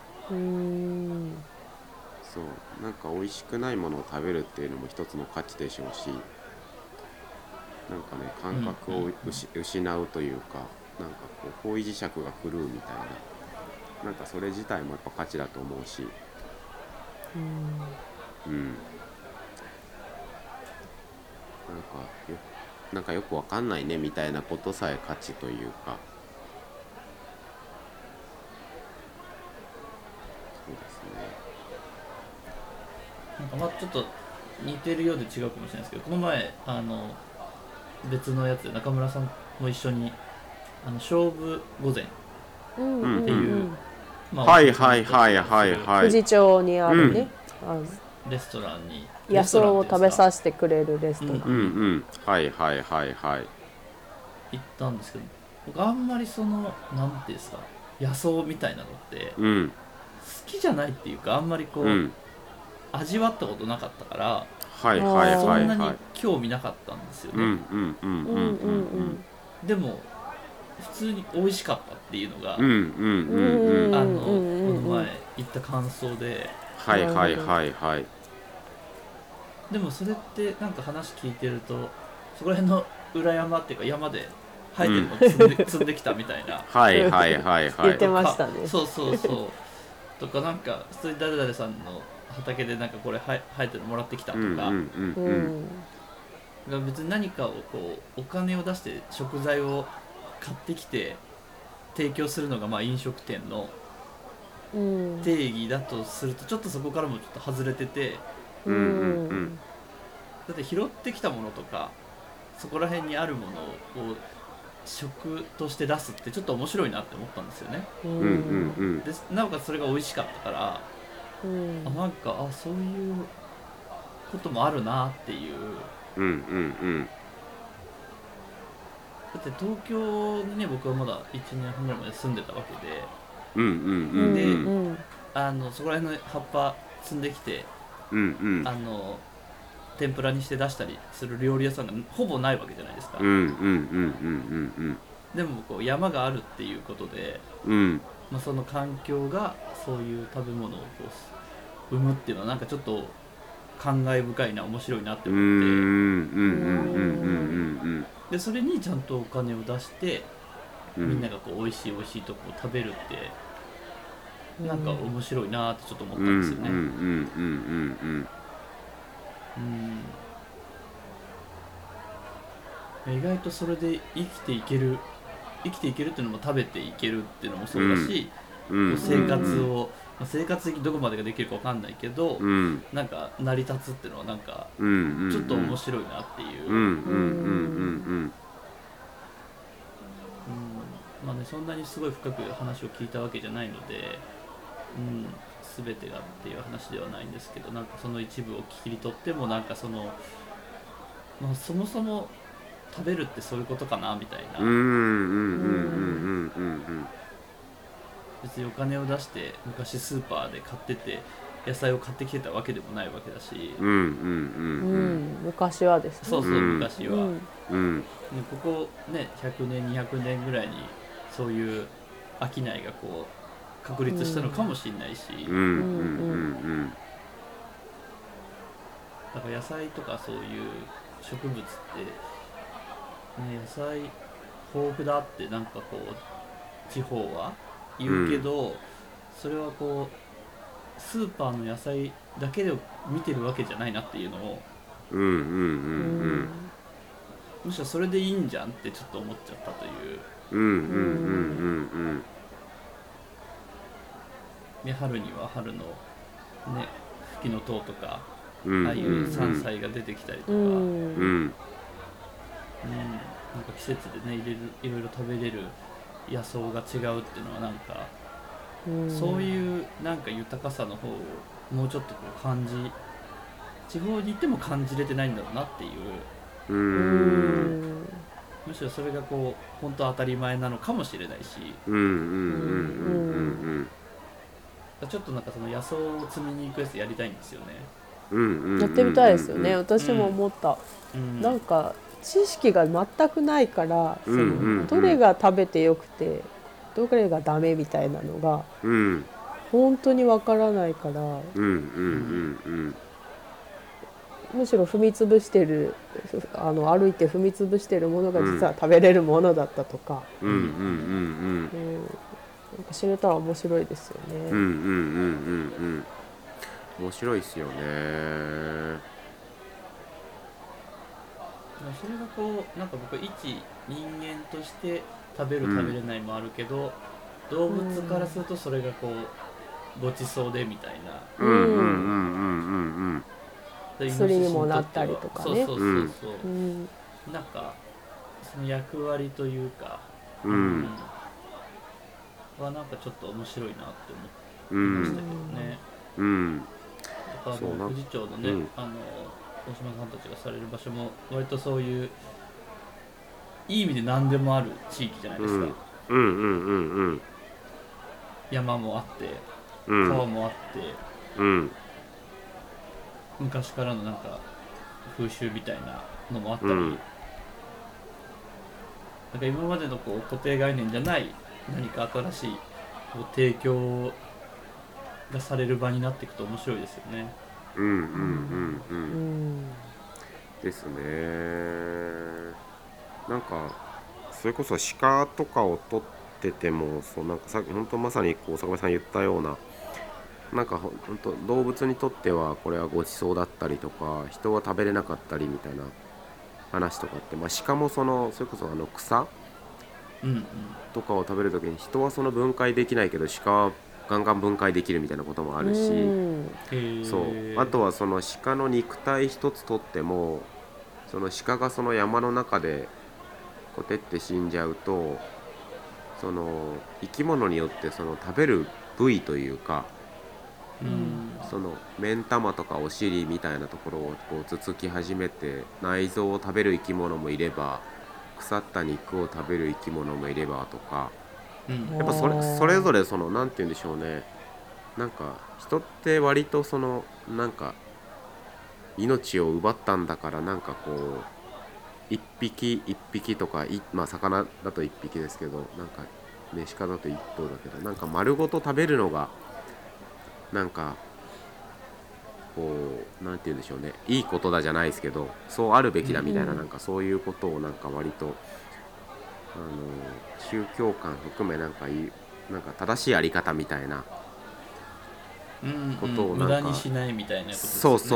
そうなんか美味しくないものを食べるっていうのも一つの価値でしょうし、なんかね感覚を失うというか、なんかこう方位磁石が狂うみたいな、なんかそれ自体もやっぱ価値だと思うし、なんかよくわかんないねみたいなことさえ価値というか、そうですね。なんかちょっと似てるようで違うかもしれないですけど、この前別のやつで中村さんも一緒に勝負御前っていう、 はいはいはいはいはい、 富士町にあるね、 レストランに野草を食べさせてくれるレストラン、 はいはいはいはい行ったんですけど、僕あんまりそのなんていうんですか、野草みたいなのって好きじゃないっていうか、あんまりこう、味わったことなかったから、そんなに興味なかったんですよね。でも普通に美味しかったっていうのがこの前行った感想で、 はいはいはいはい。 でもそれってなんか話聞いてると、そこら辺の裏山っていうか山で生えてるのを積んできたみたいなはいはいはいはい言ってましたね。 そうとか、なんか普通に誰々さんの畑でなんかこれ生えてるのもらってきたとか、別に何かをこうお金を出して食材を買ってきて提供するのが飲食店の定義だとすると、ちょっとそこからもちょっと外れてて、だって拾ってきたものとかそこら辺にあるものを食として出すってちょっと面白いなって思ったんですよね。でなおかつそれが美味しかったから、なんかそういうこともあるなっていう、 だって東京にね僕はまだ1年半ぐらいまで住んでたわけで、 うんうんうんでうんそこら辺の葉っぱ摘んできてうんうん天ぷらにして出したりする料理屋さんがほぼないわけじゃないですか。 うんうんうんうんでもこう山があるっていうことで、 うんうんまあ、その環境がそういう食べ物をこう生むっていうのはなんかちょっと感慨深いな面白いなってうんう思って、 んうんうんでそれにちゃんとお金を出してうんみんながこう美味しい美味しいとこを食べるってうんなんか面白いなってちょっと思っうんうんたんですよね。 うんうん意外とそれで生きていけるっていうのも食べていけるっていうのもそうだし、 うん生活を、まあ生活的にどこまでができるかわかんないけど、 うんなんか成り立つっていうのはなんかうんちょっと面白いなっていう、 うんうんうんまあね、そんなにすごい深く話を聞いたわけじゃないので、全てがっていう話ではないんですけど、なんかその一部を切り取ってもなんかその、まあ、そもそも食べるってそういうことかなみたいな、別にお金を出して昔スーパーで買ってて野菜を買ってきてたわけでもないわけだし、 昔はですね。 そうそう昔は、 うんねここね100年200年ぐらいにそういう商いがこう確立したのかもしれないし、だから野菜とかそういう植物って、ね、野菜豊富だってなんかこう地方は言うけど、それはこうスーパーの野菜だけで見てるわけじゃないなっていうのを、むしろそれでいいんじゃんってちょっと思っちゃったという。で春には春のねフキノトウとか、ああいう山菜が出てきたりとか、なんか季節でねいろいろ食べれる野草が違うっていうのはなんか、そういうなんか豊かさの方をもうちょっとこう地方に行っても感じれてないんだろうなっていう、むしろそれがこう本当当たり前なのかもしれないし、ちょっとなんかその野草を摘みに行くやつやりたいんですよね。 やってみたいですよね。私も思った。なんか知識が全くないから、そのどれが食べてよくてどれがダメみたいなのが本当にわからないから、むしろ踏み潰してる歩いて踏み潰してるものが実は食べれるものだったとか、なんか知れたら面白いですよね。 面白いですよね。 それがこうなんか僕一人間として食べる食べれないもあるけど、動物からするとそれがこうごちそうでみたいな、 薬にもなったりとかね。 なんかその役割というか、はなんかちょっと面白いなって思いましたけどね。だから富士町のね、大島さんたちがされる場所も割とそういういい意味で何でもある地域じゃないですか。山もあって川もあって、昔からのなんか風習みたいなのもあったり、なんか今までのこう固定概念じゃない何か新しいこう提供がされる場になっていくと面白いですよね。 ですね。なんかそれこそ鹿とかを取ってても、なんか本当まさにこう坂部さん言ったような、なんか本当動物にとってはこれはごちそうだったりとか、人は食べれなかったりみたいな話とかって、鹿もそれこそ草とかを食べるときに人はその分解できないけど鹿はガンガン分解できるみたいなこともあるし、あとはその鹿の肉体一つとっても、その鹿がその山の中でこてって死んじゃうと、その生き物によってその食べる部位というか、その目ん玉とかお尻みたいなところをこうつつき始めて内臓を食べる生き物もいれば、 腐った肉を食べる生き物もいればとか、 うんやっぱそれぞれそのなんて言うんでしょうね、なんか人って割とそのなんか命を奪ったんだから、なんかこう一匹一匹とかまあ魚だと一匹ですけど、なんかね鹿だと一頭だけど、なんか丸ごと食べるのがなんかこうなんて言うんでしょうね、いいことだじゃないですけど、そうあるべきだみたいな、なんかそういうことをなんか割と宗教観含めなんか正しいあり方みたいなことをなんか、 無駄にしないみたいなことですね。 そう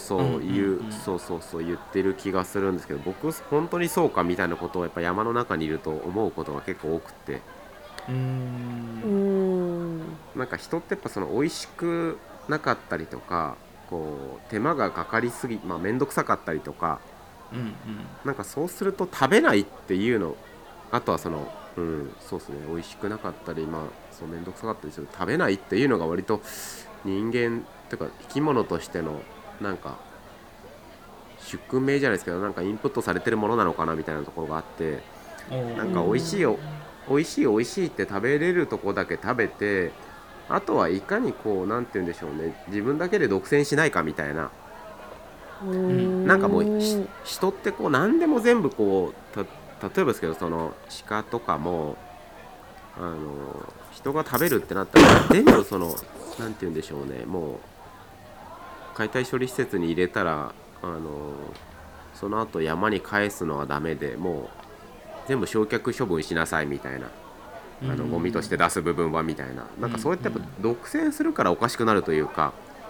言ってる気がするんですけど、僕本当にそうかみたいなことをやっぱ山の中にいると思うことが結構多くて、なんか人ってやっぱその美味しくなかったりとか、こう手間がかかりすぎ、まあ面倒くさかったりとか、なんかそうすると食べないっていうの、あとはそのそうですね、美味しくなかったり、まあそう面倒くさかったりする食べないっていうのが割と人間とか生き物としてのなんか宿命じゃないですけど、なんかインプットされてるものなのかなみたいなところがあって、なんか美味しいって食べれるとこだけ食べて、あとはいかにこうなんて言うんでしょうね、自分だけで独占しないかみたいな、なんかもう人ってこう何でも全部こう例えばですけど、その鹿とかも人が食べるってなったら全部そのなんて言うんでしょうね、もう解体処理施設に入れたらその後山に返すのはダメで、もう全部焼却処分しなさいみたいな、ゴミとして出す部分はみたいな、なんかそうやってやっぱ独占するからおかしくなるというか、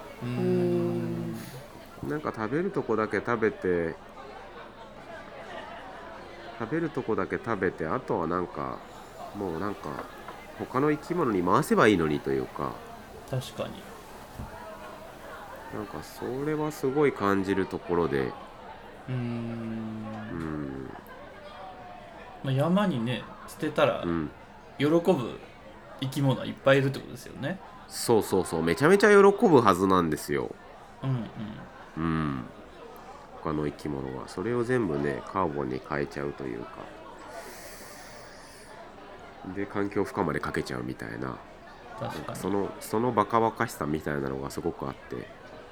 なんか食べるとこだけ食べてあとはなんかもうなんか他の生き物に回せばいいのにというか、 確かになんかそれはすごい感じるところで、 まあ、山にね捨てたら喜ぶ生き物はいっぱいいるってことですよね。 そうめちゃめちゃ喜ぶはずなんですよ。他の生き物はそれを全部ねカーボンに変えちゃうというかで、環境負荷までかけちゃうみたいな、なんかそのバカバカしさみたいなのがすごくあって、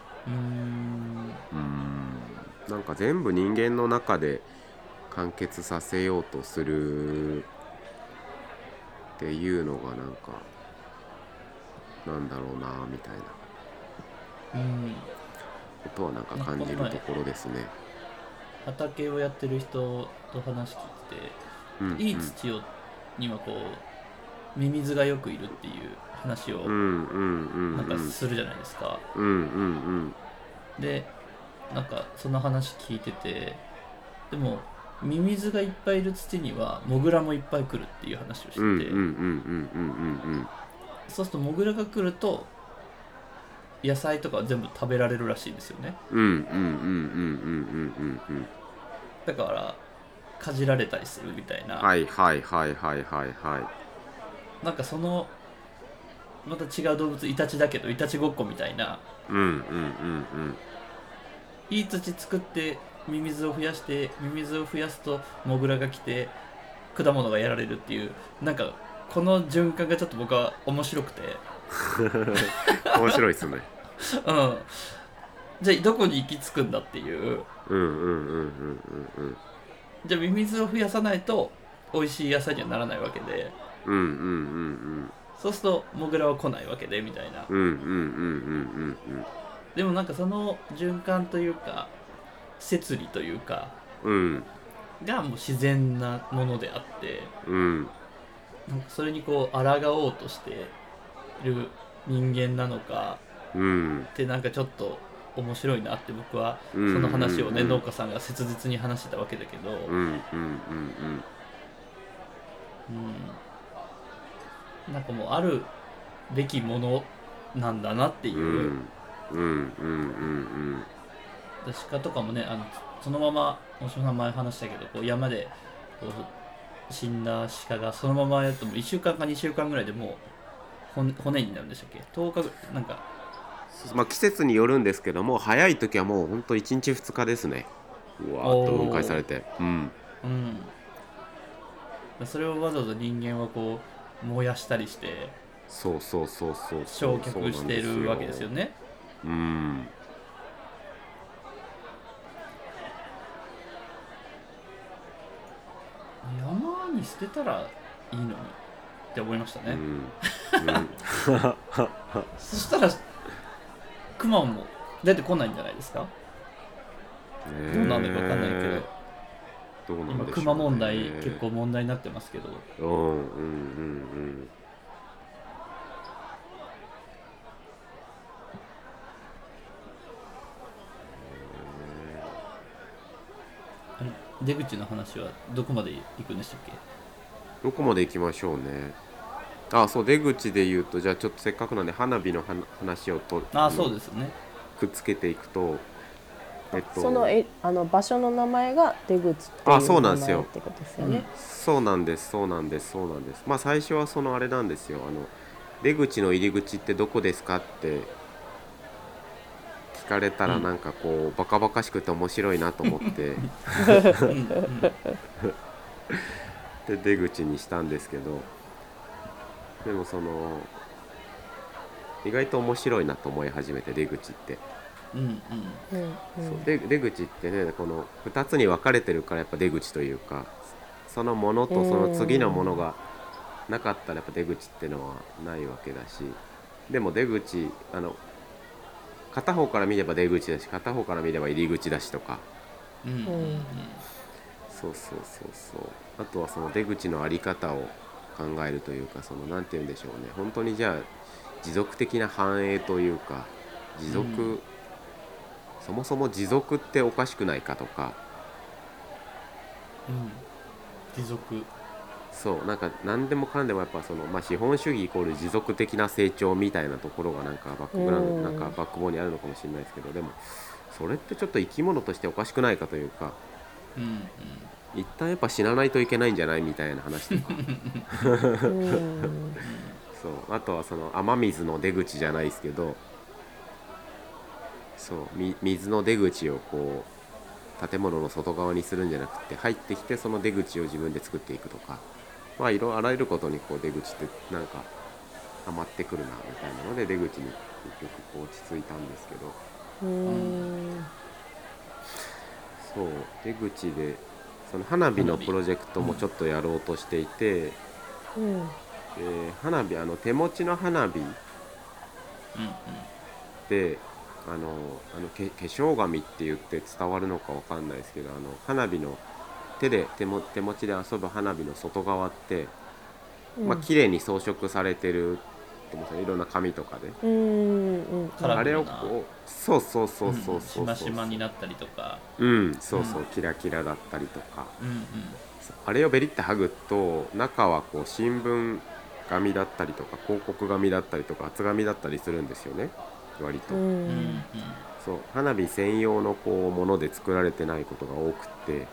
なんか全部人間の中で完結させようとするっていうのがなんかなんだろうなみたいなことはなんか感じるところですね。 畑をやってる人と話聞いてて、いい土にはこうミミズがよくいるっていう話をなんかするじゃないですか。でなんかその話聞いてて、でもミミズがいっぱいいる土にはモグラもいっぱい来るっていう話をしてて、そうするとモグラが来ると野菜とかは全部食べられるらしいんですよね。だからかじられたりするみたいな、なんかそのまた違う動物イタチだけどイタチごっこみたいな、いい土作ってミミズを増やしてミミズを増やすとモグラが来て果物がやられるっていう、なんかこの循環がちょっと僕は面白くて面白いですね。 じゃあどこに行き着くんだっていう。じゃあミミズを増やさないと美味しい野菜にはならないわけで、そうするとモグラは来ないわけでみたいな。でもなんかその循環というか摂理というか、がもう自然なものであって、なんかそれにこう抗おうとしている人間なのかってなんかちょっと面白いなって僕はその話をね農家さんが切実に話してたわけだけど、なんかもうあるべきものなんだなっていう。鹿とかもねそのまま大島さん前話したけどこう山でこう死んだ鹿がそのままやるともう1週間か2週間ぐらいでもう骨になるんでしたっけ、10日ぐらいなんか、 まあ、季節によるんですけども早い時はもうほんと1日2日ですね。うわーっと分解されて、 それをわざわざ人間はこう燃やしたりしてそう焼却してるわけですよね。 うん。 山に捨てたらいいのにって思いましたね。そしたらクマも出てこないんじゃないですか。どうなんだか分かんないけど、今クマ問題結構問題になってますけど。出口の話はどこまで行くんでしたっけ。 どこまで行きましょうね。そう出口で言うと、じゃあちょっとせっかくなんで花火の話をそうですね、 くっつけていくと、 その場所の名前が出口っていう名前ってことですよね。 そうなんです。まあ最初はそのあれなんですよ。出口の入り口ってどこですかって聞かれたら、なんかこうバカバカしくて面白いなと思ってで出口にしたんですけど、でもその意外と面白いなと思い始めて、出口って。出口ってね、この2つに分かれてるからやっぱ出口というか、そのものとその次のものがなかったらやっぱ出口ってのはないわけだし、でも出口片方から見れば出口だし、片方から見れば入り口だしとか、そうあとはその出口の在り方を考えるというか、そのなんて言うんでしょうね、本当にじゃあ持続的な繁栄というか、そもそも持続っておかしくないかとか、 持続、 そうなんか何でもかんでもやっぱその、資本主義イコール持続的な成長みたいなところがなんかバックグラウンド、なんかバックボーンにあるのかもしれないですけど、でもそれってちょっと生き物としておかしくないかというか、一旦やっぱ死なないといけないんじゃないみたいな話とかそうあとはその雨水の出口じゃないですけど、水の出口をこう建物の外側にするんじゃなくて、入ってきてその出口を自分で作っていくとか、あらゆることにこう出口ってなんかハマってくるなみたいなので、出口に結局こう落ち着いたんですけど、そう出口でその花火のプロジェクトもちょっとやろうとしていて、花火手持ちの花火で化粧紙って言って伝わるのかわかんないですけど、花火の手持ちで遊ぶ花火の外側って、綺麗に装飾されてるって思うんですよ、いろんな紙とかで。あれをこうしましまになったりとか、 キラキラだったりとか、あれをベリって剥ぐと中はこう新聞紙だったりとか広告紙だったりとか厚紙だったりするんですよね、割と。そう花火専用のこうもので作られてないことが多くて、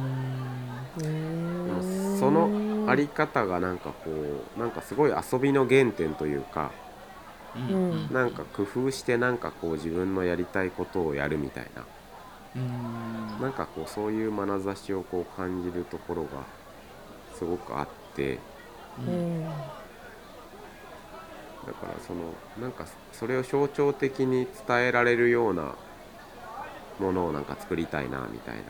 そのあり方がなんかこうなんかすごい遊びの原点というか、なんか工夫してなんかこう自分のやりたいことをやるみたいな、なんかこうそういう眼差しをこう感じるところがすごくあって、だからそのなんかそれを象徴的に伝えられるようなものをなんか作りたいなみたいな。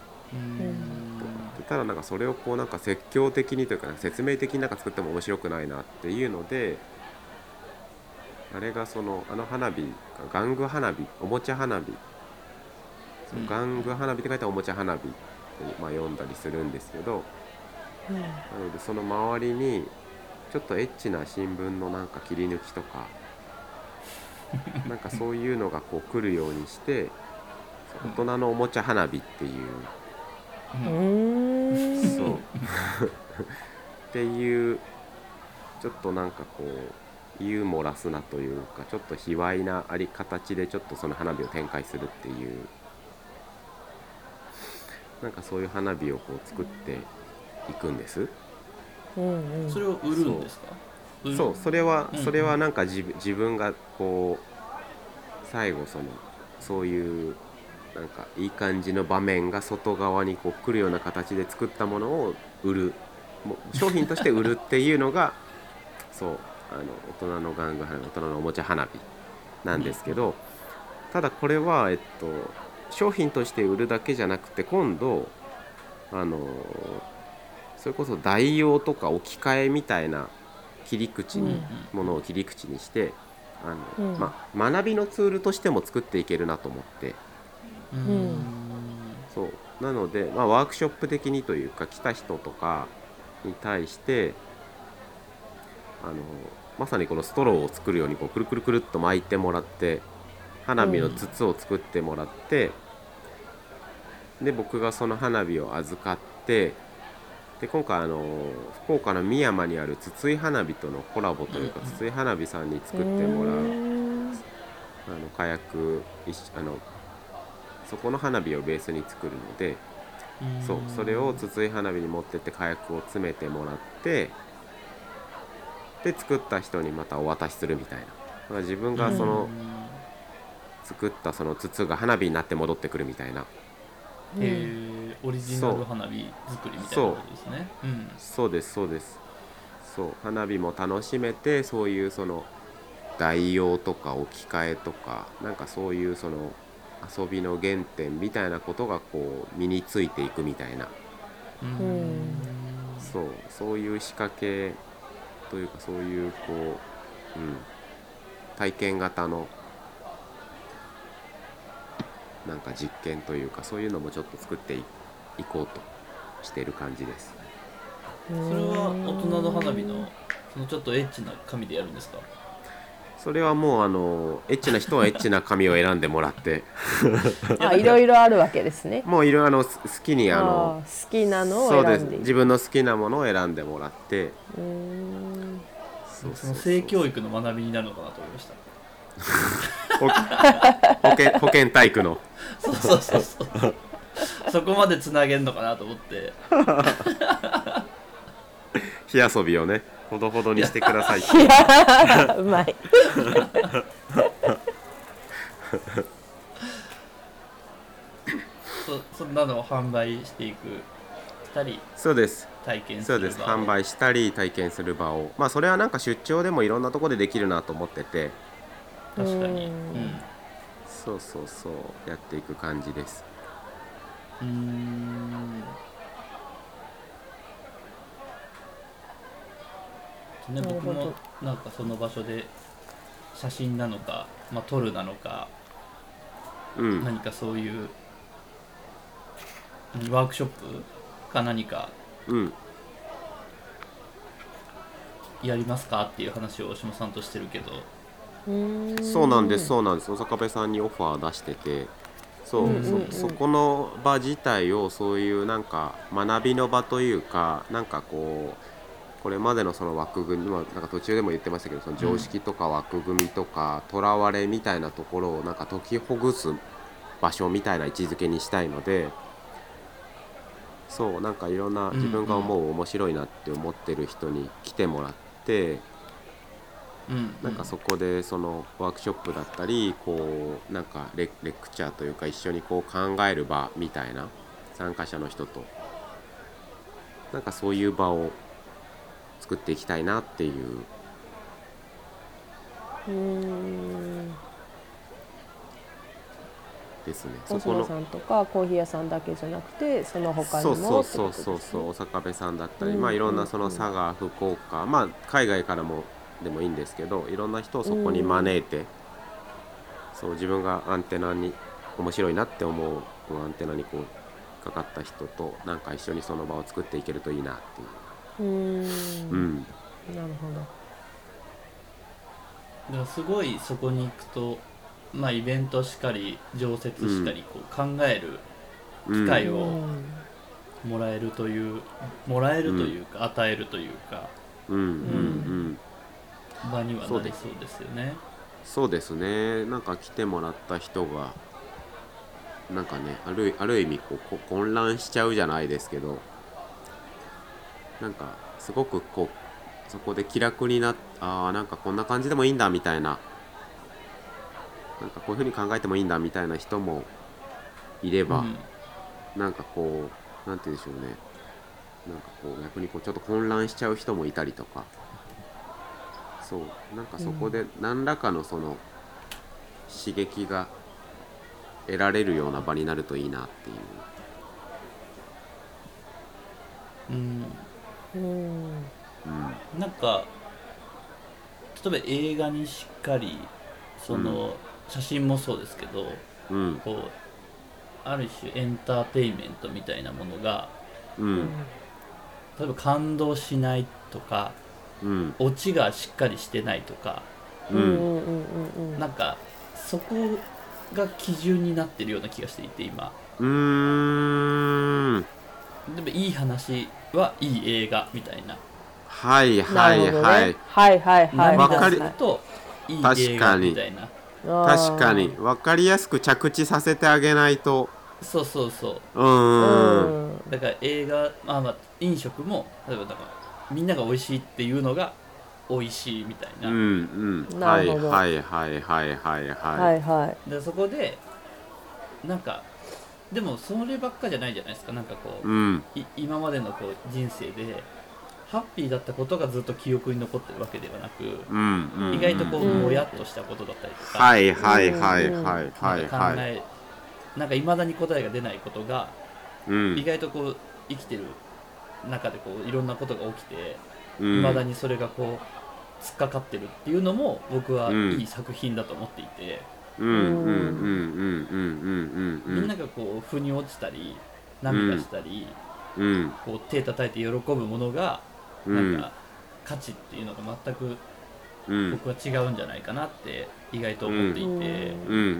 ただなんかそれをこうなんか説教的にというか説明的になんか作っても面白くないなっていうので、あれがその花火が玩具花火、おもちゃ花火、玩具花火って書いておもちゃ花火って読んだりするんですけど、なのでその周りにちょっとエッチな新聞のなんか切り抜きとかなんかそういうのがこう来るようにして大人のおもちゃ花火っていう、そうっていうちょっとなんかこうユーモラスなというかちょっと卑猥なあり形でちょっとその花火を展開するっていう、なんかそういう花火をこう作っていくんです。 それを売るんですか？ そうそれはなんか自分がこう最後そういうなんかいい感じの場面が外側にこう来るような形で作ったものを売るもう商品として売るっていうのがそう大人の玩具花火、大人のおもちゃ花火なんですけど、ただこれは、商品として売るだけじゃなくて、今度それこそ代用とか置き換えみたいな切り口に、ものを切り口にして学びのツールとしても作っていけるなと思って、そうなので、ワークショップ的にというか、来た人とかに対してまさにこのストローを作るようにこうくるくるくるっと巻いてもらって、花火の筒を作ってもらって、で僕がその花火を預かって、で今回福岡の美山にある筒井花火とのコラボというか、筒井花火さんに作ってもらう火薬そこの花火をベースに作るので、それを筒井花火に持ってって火薬を詰めてもらって、で作った人にまたお渡しするみたいな。だから自分がその作ったその筒が花火になって戻ってくるみたいな、 オリジナル花火作りみたいなことですね。 そうですそうです。そう花火も楽しめて、そういうその代用とか置き換えとか、なんかそういうその遊びの原点みたいなことがこう身についていくみたいな、そういう仕掛けというか、そういうこう、体験型のなんか実験というか、そういうのもちょっと作っていこうとしている感じです。 それは大人の花火のそのちょっとエッチな紙でやるんですか？ それはもうエッチな人はエッチな紙を選んでもらっていろいろあるわけですね。 もういろいろ好きに好きなのを選んで、 そうです、自分の好きなものを選んでもらって、 その性教育の学びになるのかなと思いました。 保健体育のそうそこまでつなげるのかなと思って。 火遊びをね、ほどほどにしてくださいってうまいそんなのを販売していくしたり、 そうです、 体験すそうです、 る場を販売したり体験する場を、それはなんか出張でもいろんなところでできるなと思ってて、 確かに、 そうやっていく感じです。 僕もなんかその場所で写真なのか、撮るなのか、何かそういうワークショップか何かやりますかっていう話を大島さんとしてるけど、 そうなんです、小坂部さんにオファー出してて、そこの場自体をそういうなんか学びの場というか、なんかこうこれまでのその枠組み、なんか途中でも言ってましたけど、その常識とか枠組みとかとらわれみたいなところをなんか解きほぐす場所みたいな位置づけにしたいので、そうなんかいろんな自分が思う面白いなって思ってる人に来てもらって、なんかそこでそのワークショップだったり、こうなんかレクチャーというか、一緒にこう考える場みたいな、参加者の人となんかそういう場を作っていきたいなっていう。ですね。 大島さんとかコーヒー屋さんだけじゃなくて、その他にもそう大坂部さんだったり、いろんなその佐賀、福岡、海外からもでもいいんですけど、いろんな人をそこに招いて、そう自分がアンテナに面白いなって思うこのアンテナにこうかかった人となんか一緒にその場を作っていけるといいなっていう。 なるほど。 だからすごいそこに行くと、イベントしかり常設しかりこう考える機会をもらえるというか、与えるというか、場にはなりそうですよね。 そうですね。なんか来てもらった人がなんかね、ある意味こう混乱しちゃうじゃないですけど、なんかすごくこうそこで気楽になんかこんな感じでもいいんだみたいな、なんかこういう風に考えてもいいんだみたいな人もいれば、なんかこうなんて言うんでしょうね、 なんかこう逆にこうちょっと混乱しちゃう人もいたりとか、そうなんかそこで何らかのその刺激が得られるような場になるといいなっていう。 なんか例えば映画にしっかりその、写真もそうですけど、こうある種エンターテインメントみたいなものが、例えば感動しないとか、オチがしっかりしてないとか、なんかそこが基準になってるような気がしていて今。でもいい話はいい映画みたいな。 はいはいはい。 涙するといい映画みたいな。 確かに分かりやすく着地させてあげないと。 そうそうそう。だから映画、飲食も例えばだからみんなが美味しいっていうのが美味しいみたいな。 はいはいはいはいはい。 でそこでなんかでもそればっかじゃないじゃないですか。なんかこう、今までのこう人生でハッピーだったことがずっと記憶に残ってるわけではなく、意外とこうもやっとしたことだったりとか、なんかいまだに答えが出ないことが、意外とこう生きてる中でこういろんなことが起きて、いまだにそれがこう突っかかってるっていうのも僕はいい作品だと思っていて、みんながこう腑に落ちたり涙したり、こう手叩いて喜ぶものがなんか価値っていうのが全く僕は違うんじゃないかなって意外と思っていて、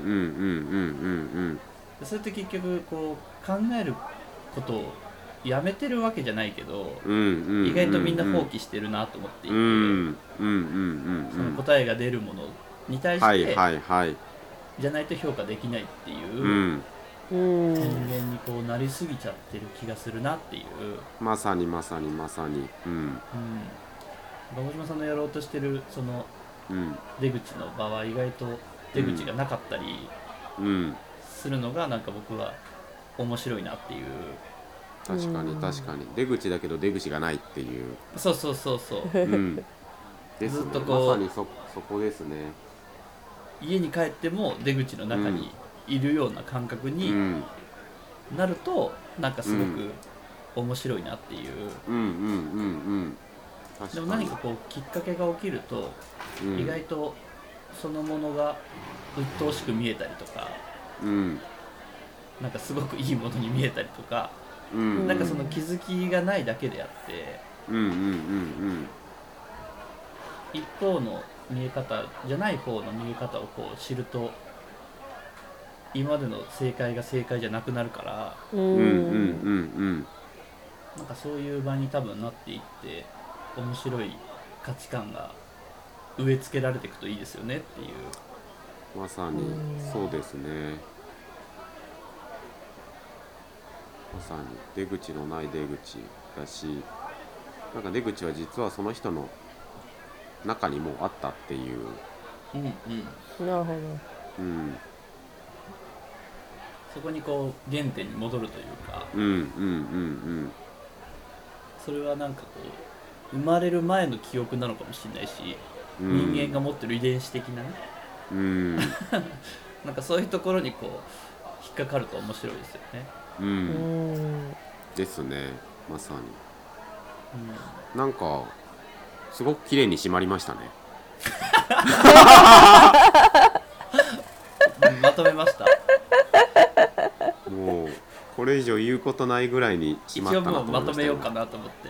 それって結局こう考えることをやめてるわけじゃないけど、意外とみんな放棄してるなと思っていて、その答えが出るものに対してじゃないと評価できないっていう人間にこうなりすぎちゃってる気がするなっていう。 まさにまさにまさに。 馬場島さんのやろうとしてるその出口の場は意外と出口がなかったりするのがなんか僕は面白いなっていう。 確かに確かに出口だけど出口がないっていう。 そうそうそうそう、 ですね、 ずっとこうまさにそこですね。 家に帰っても出口の中にいるような感覚になるとなんかすごく面白いなっていう。でも何かこうきっかけが起きると、意外とそのものが鬱陶しく見えたりとか、なんかすごくいいものに見えたりとか、なんかその気づきがないだけであって、一方の見え方じゃない方の見え方をこう知ると今までの正解が正解じゃなくなるから、なんかそういう場に多分なっていって面白い価値観が植え付けられていくといいですよねっていう。 まさにそうですね。まさに出口のない出口だし、なんか出口は実はその人の中にもあったっていう。 なるほど。 そこにこう原点に戻るというか、それはなんかこう生まれる前の記憶なのかもしれないし、人間が持ってる遺伝子的なね、なんかそういうところにこう引っかかると面白いですよね。 ですね、まさに。なんかすごく綺麗に締まりましたね。 まとめました。 もうこれ以上言うことないぐらいに締まったなと思いました。 一応もうまとめようかなと思って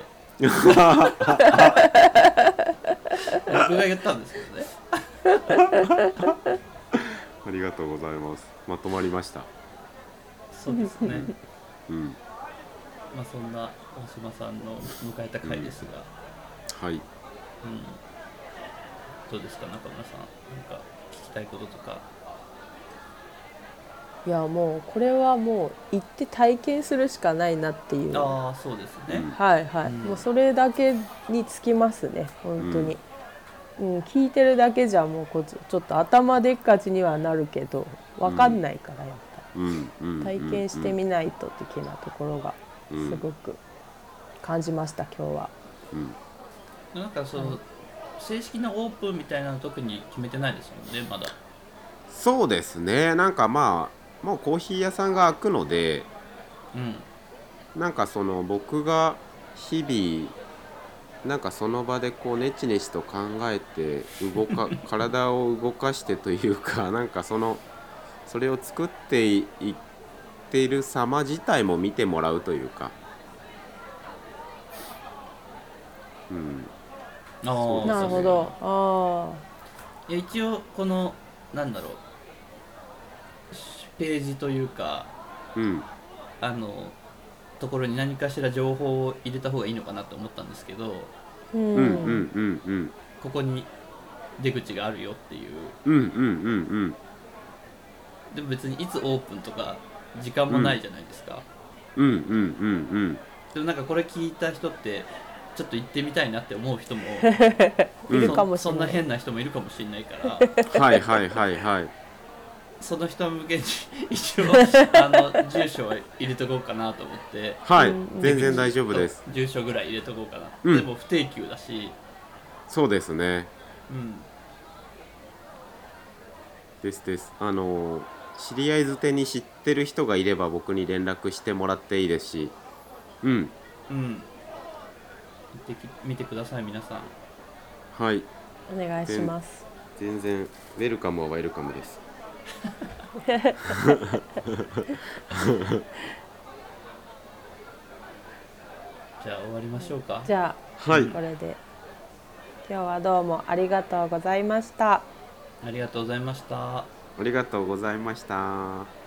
僕が言ったんですけどね。 ありがとうございます。まとまりました。 そうですね。まあそんな大島さんの迎えた回ですが、どうですか中村さん、なんか聞きたいこととか。 いやもうこれはもう行って体験するしかないなっていう。 そうですね。 もうそれだけにつきますね本当に。聞いてるだけじゃもうちょっと頭でっかちにはなるけど分かんないからやっぱり体験してみないと的なところがすごく感じました今日は。 なんかその、正式なオープンみたいなの特に決めてないですもんねまだ。 そうですね。なんかまあもうコーヒー屋さんが開くので、なんかその僕が日々なんかその場でこうネチネチと考えて体を動かしてというか、なんかそれを作っていっている様自体も見てもらうというか、 ああ、 なるほど。 いや一応このなんだろうページというか、ところに何かしら情報を入れた方がいいのかなと思ったんですけど、ここに出口があるよっていう。でも別にいつオープンとか時間もないじゃないですか。でもなんかこれ聞いた人ってちょっと行ってみたいなって思う人もいるかもしれない。 そんな変な人もいるかもしれないからその人向けに一応住所を入れとこうかなと思って。 全然大丈夫です。 住所ぐらい入れとこうかな、でも不定休だし。 そうですね。です。知り合いづてに知ってる人がいれば僕に連絡してもらっていいですし、 見てください皆さん。 はい、 お願いします。 全然ウェルカムはウェルカムです。 じゃあ終わりましょうか。 じゃあ、これで今日はどうもありがとうございました。 ありがとうございました。 ありがとうございました。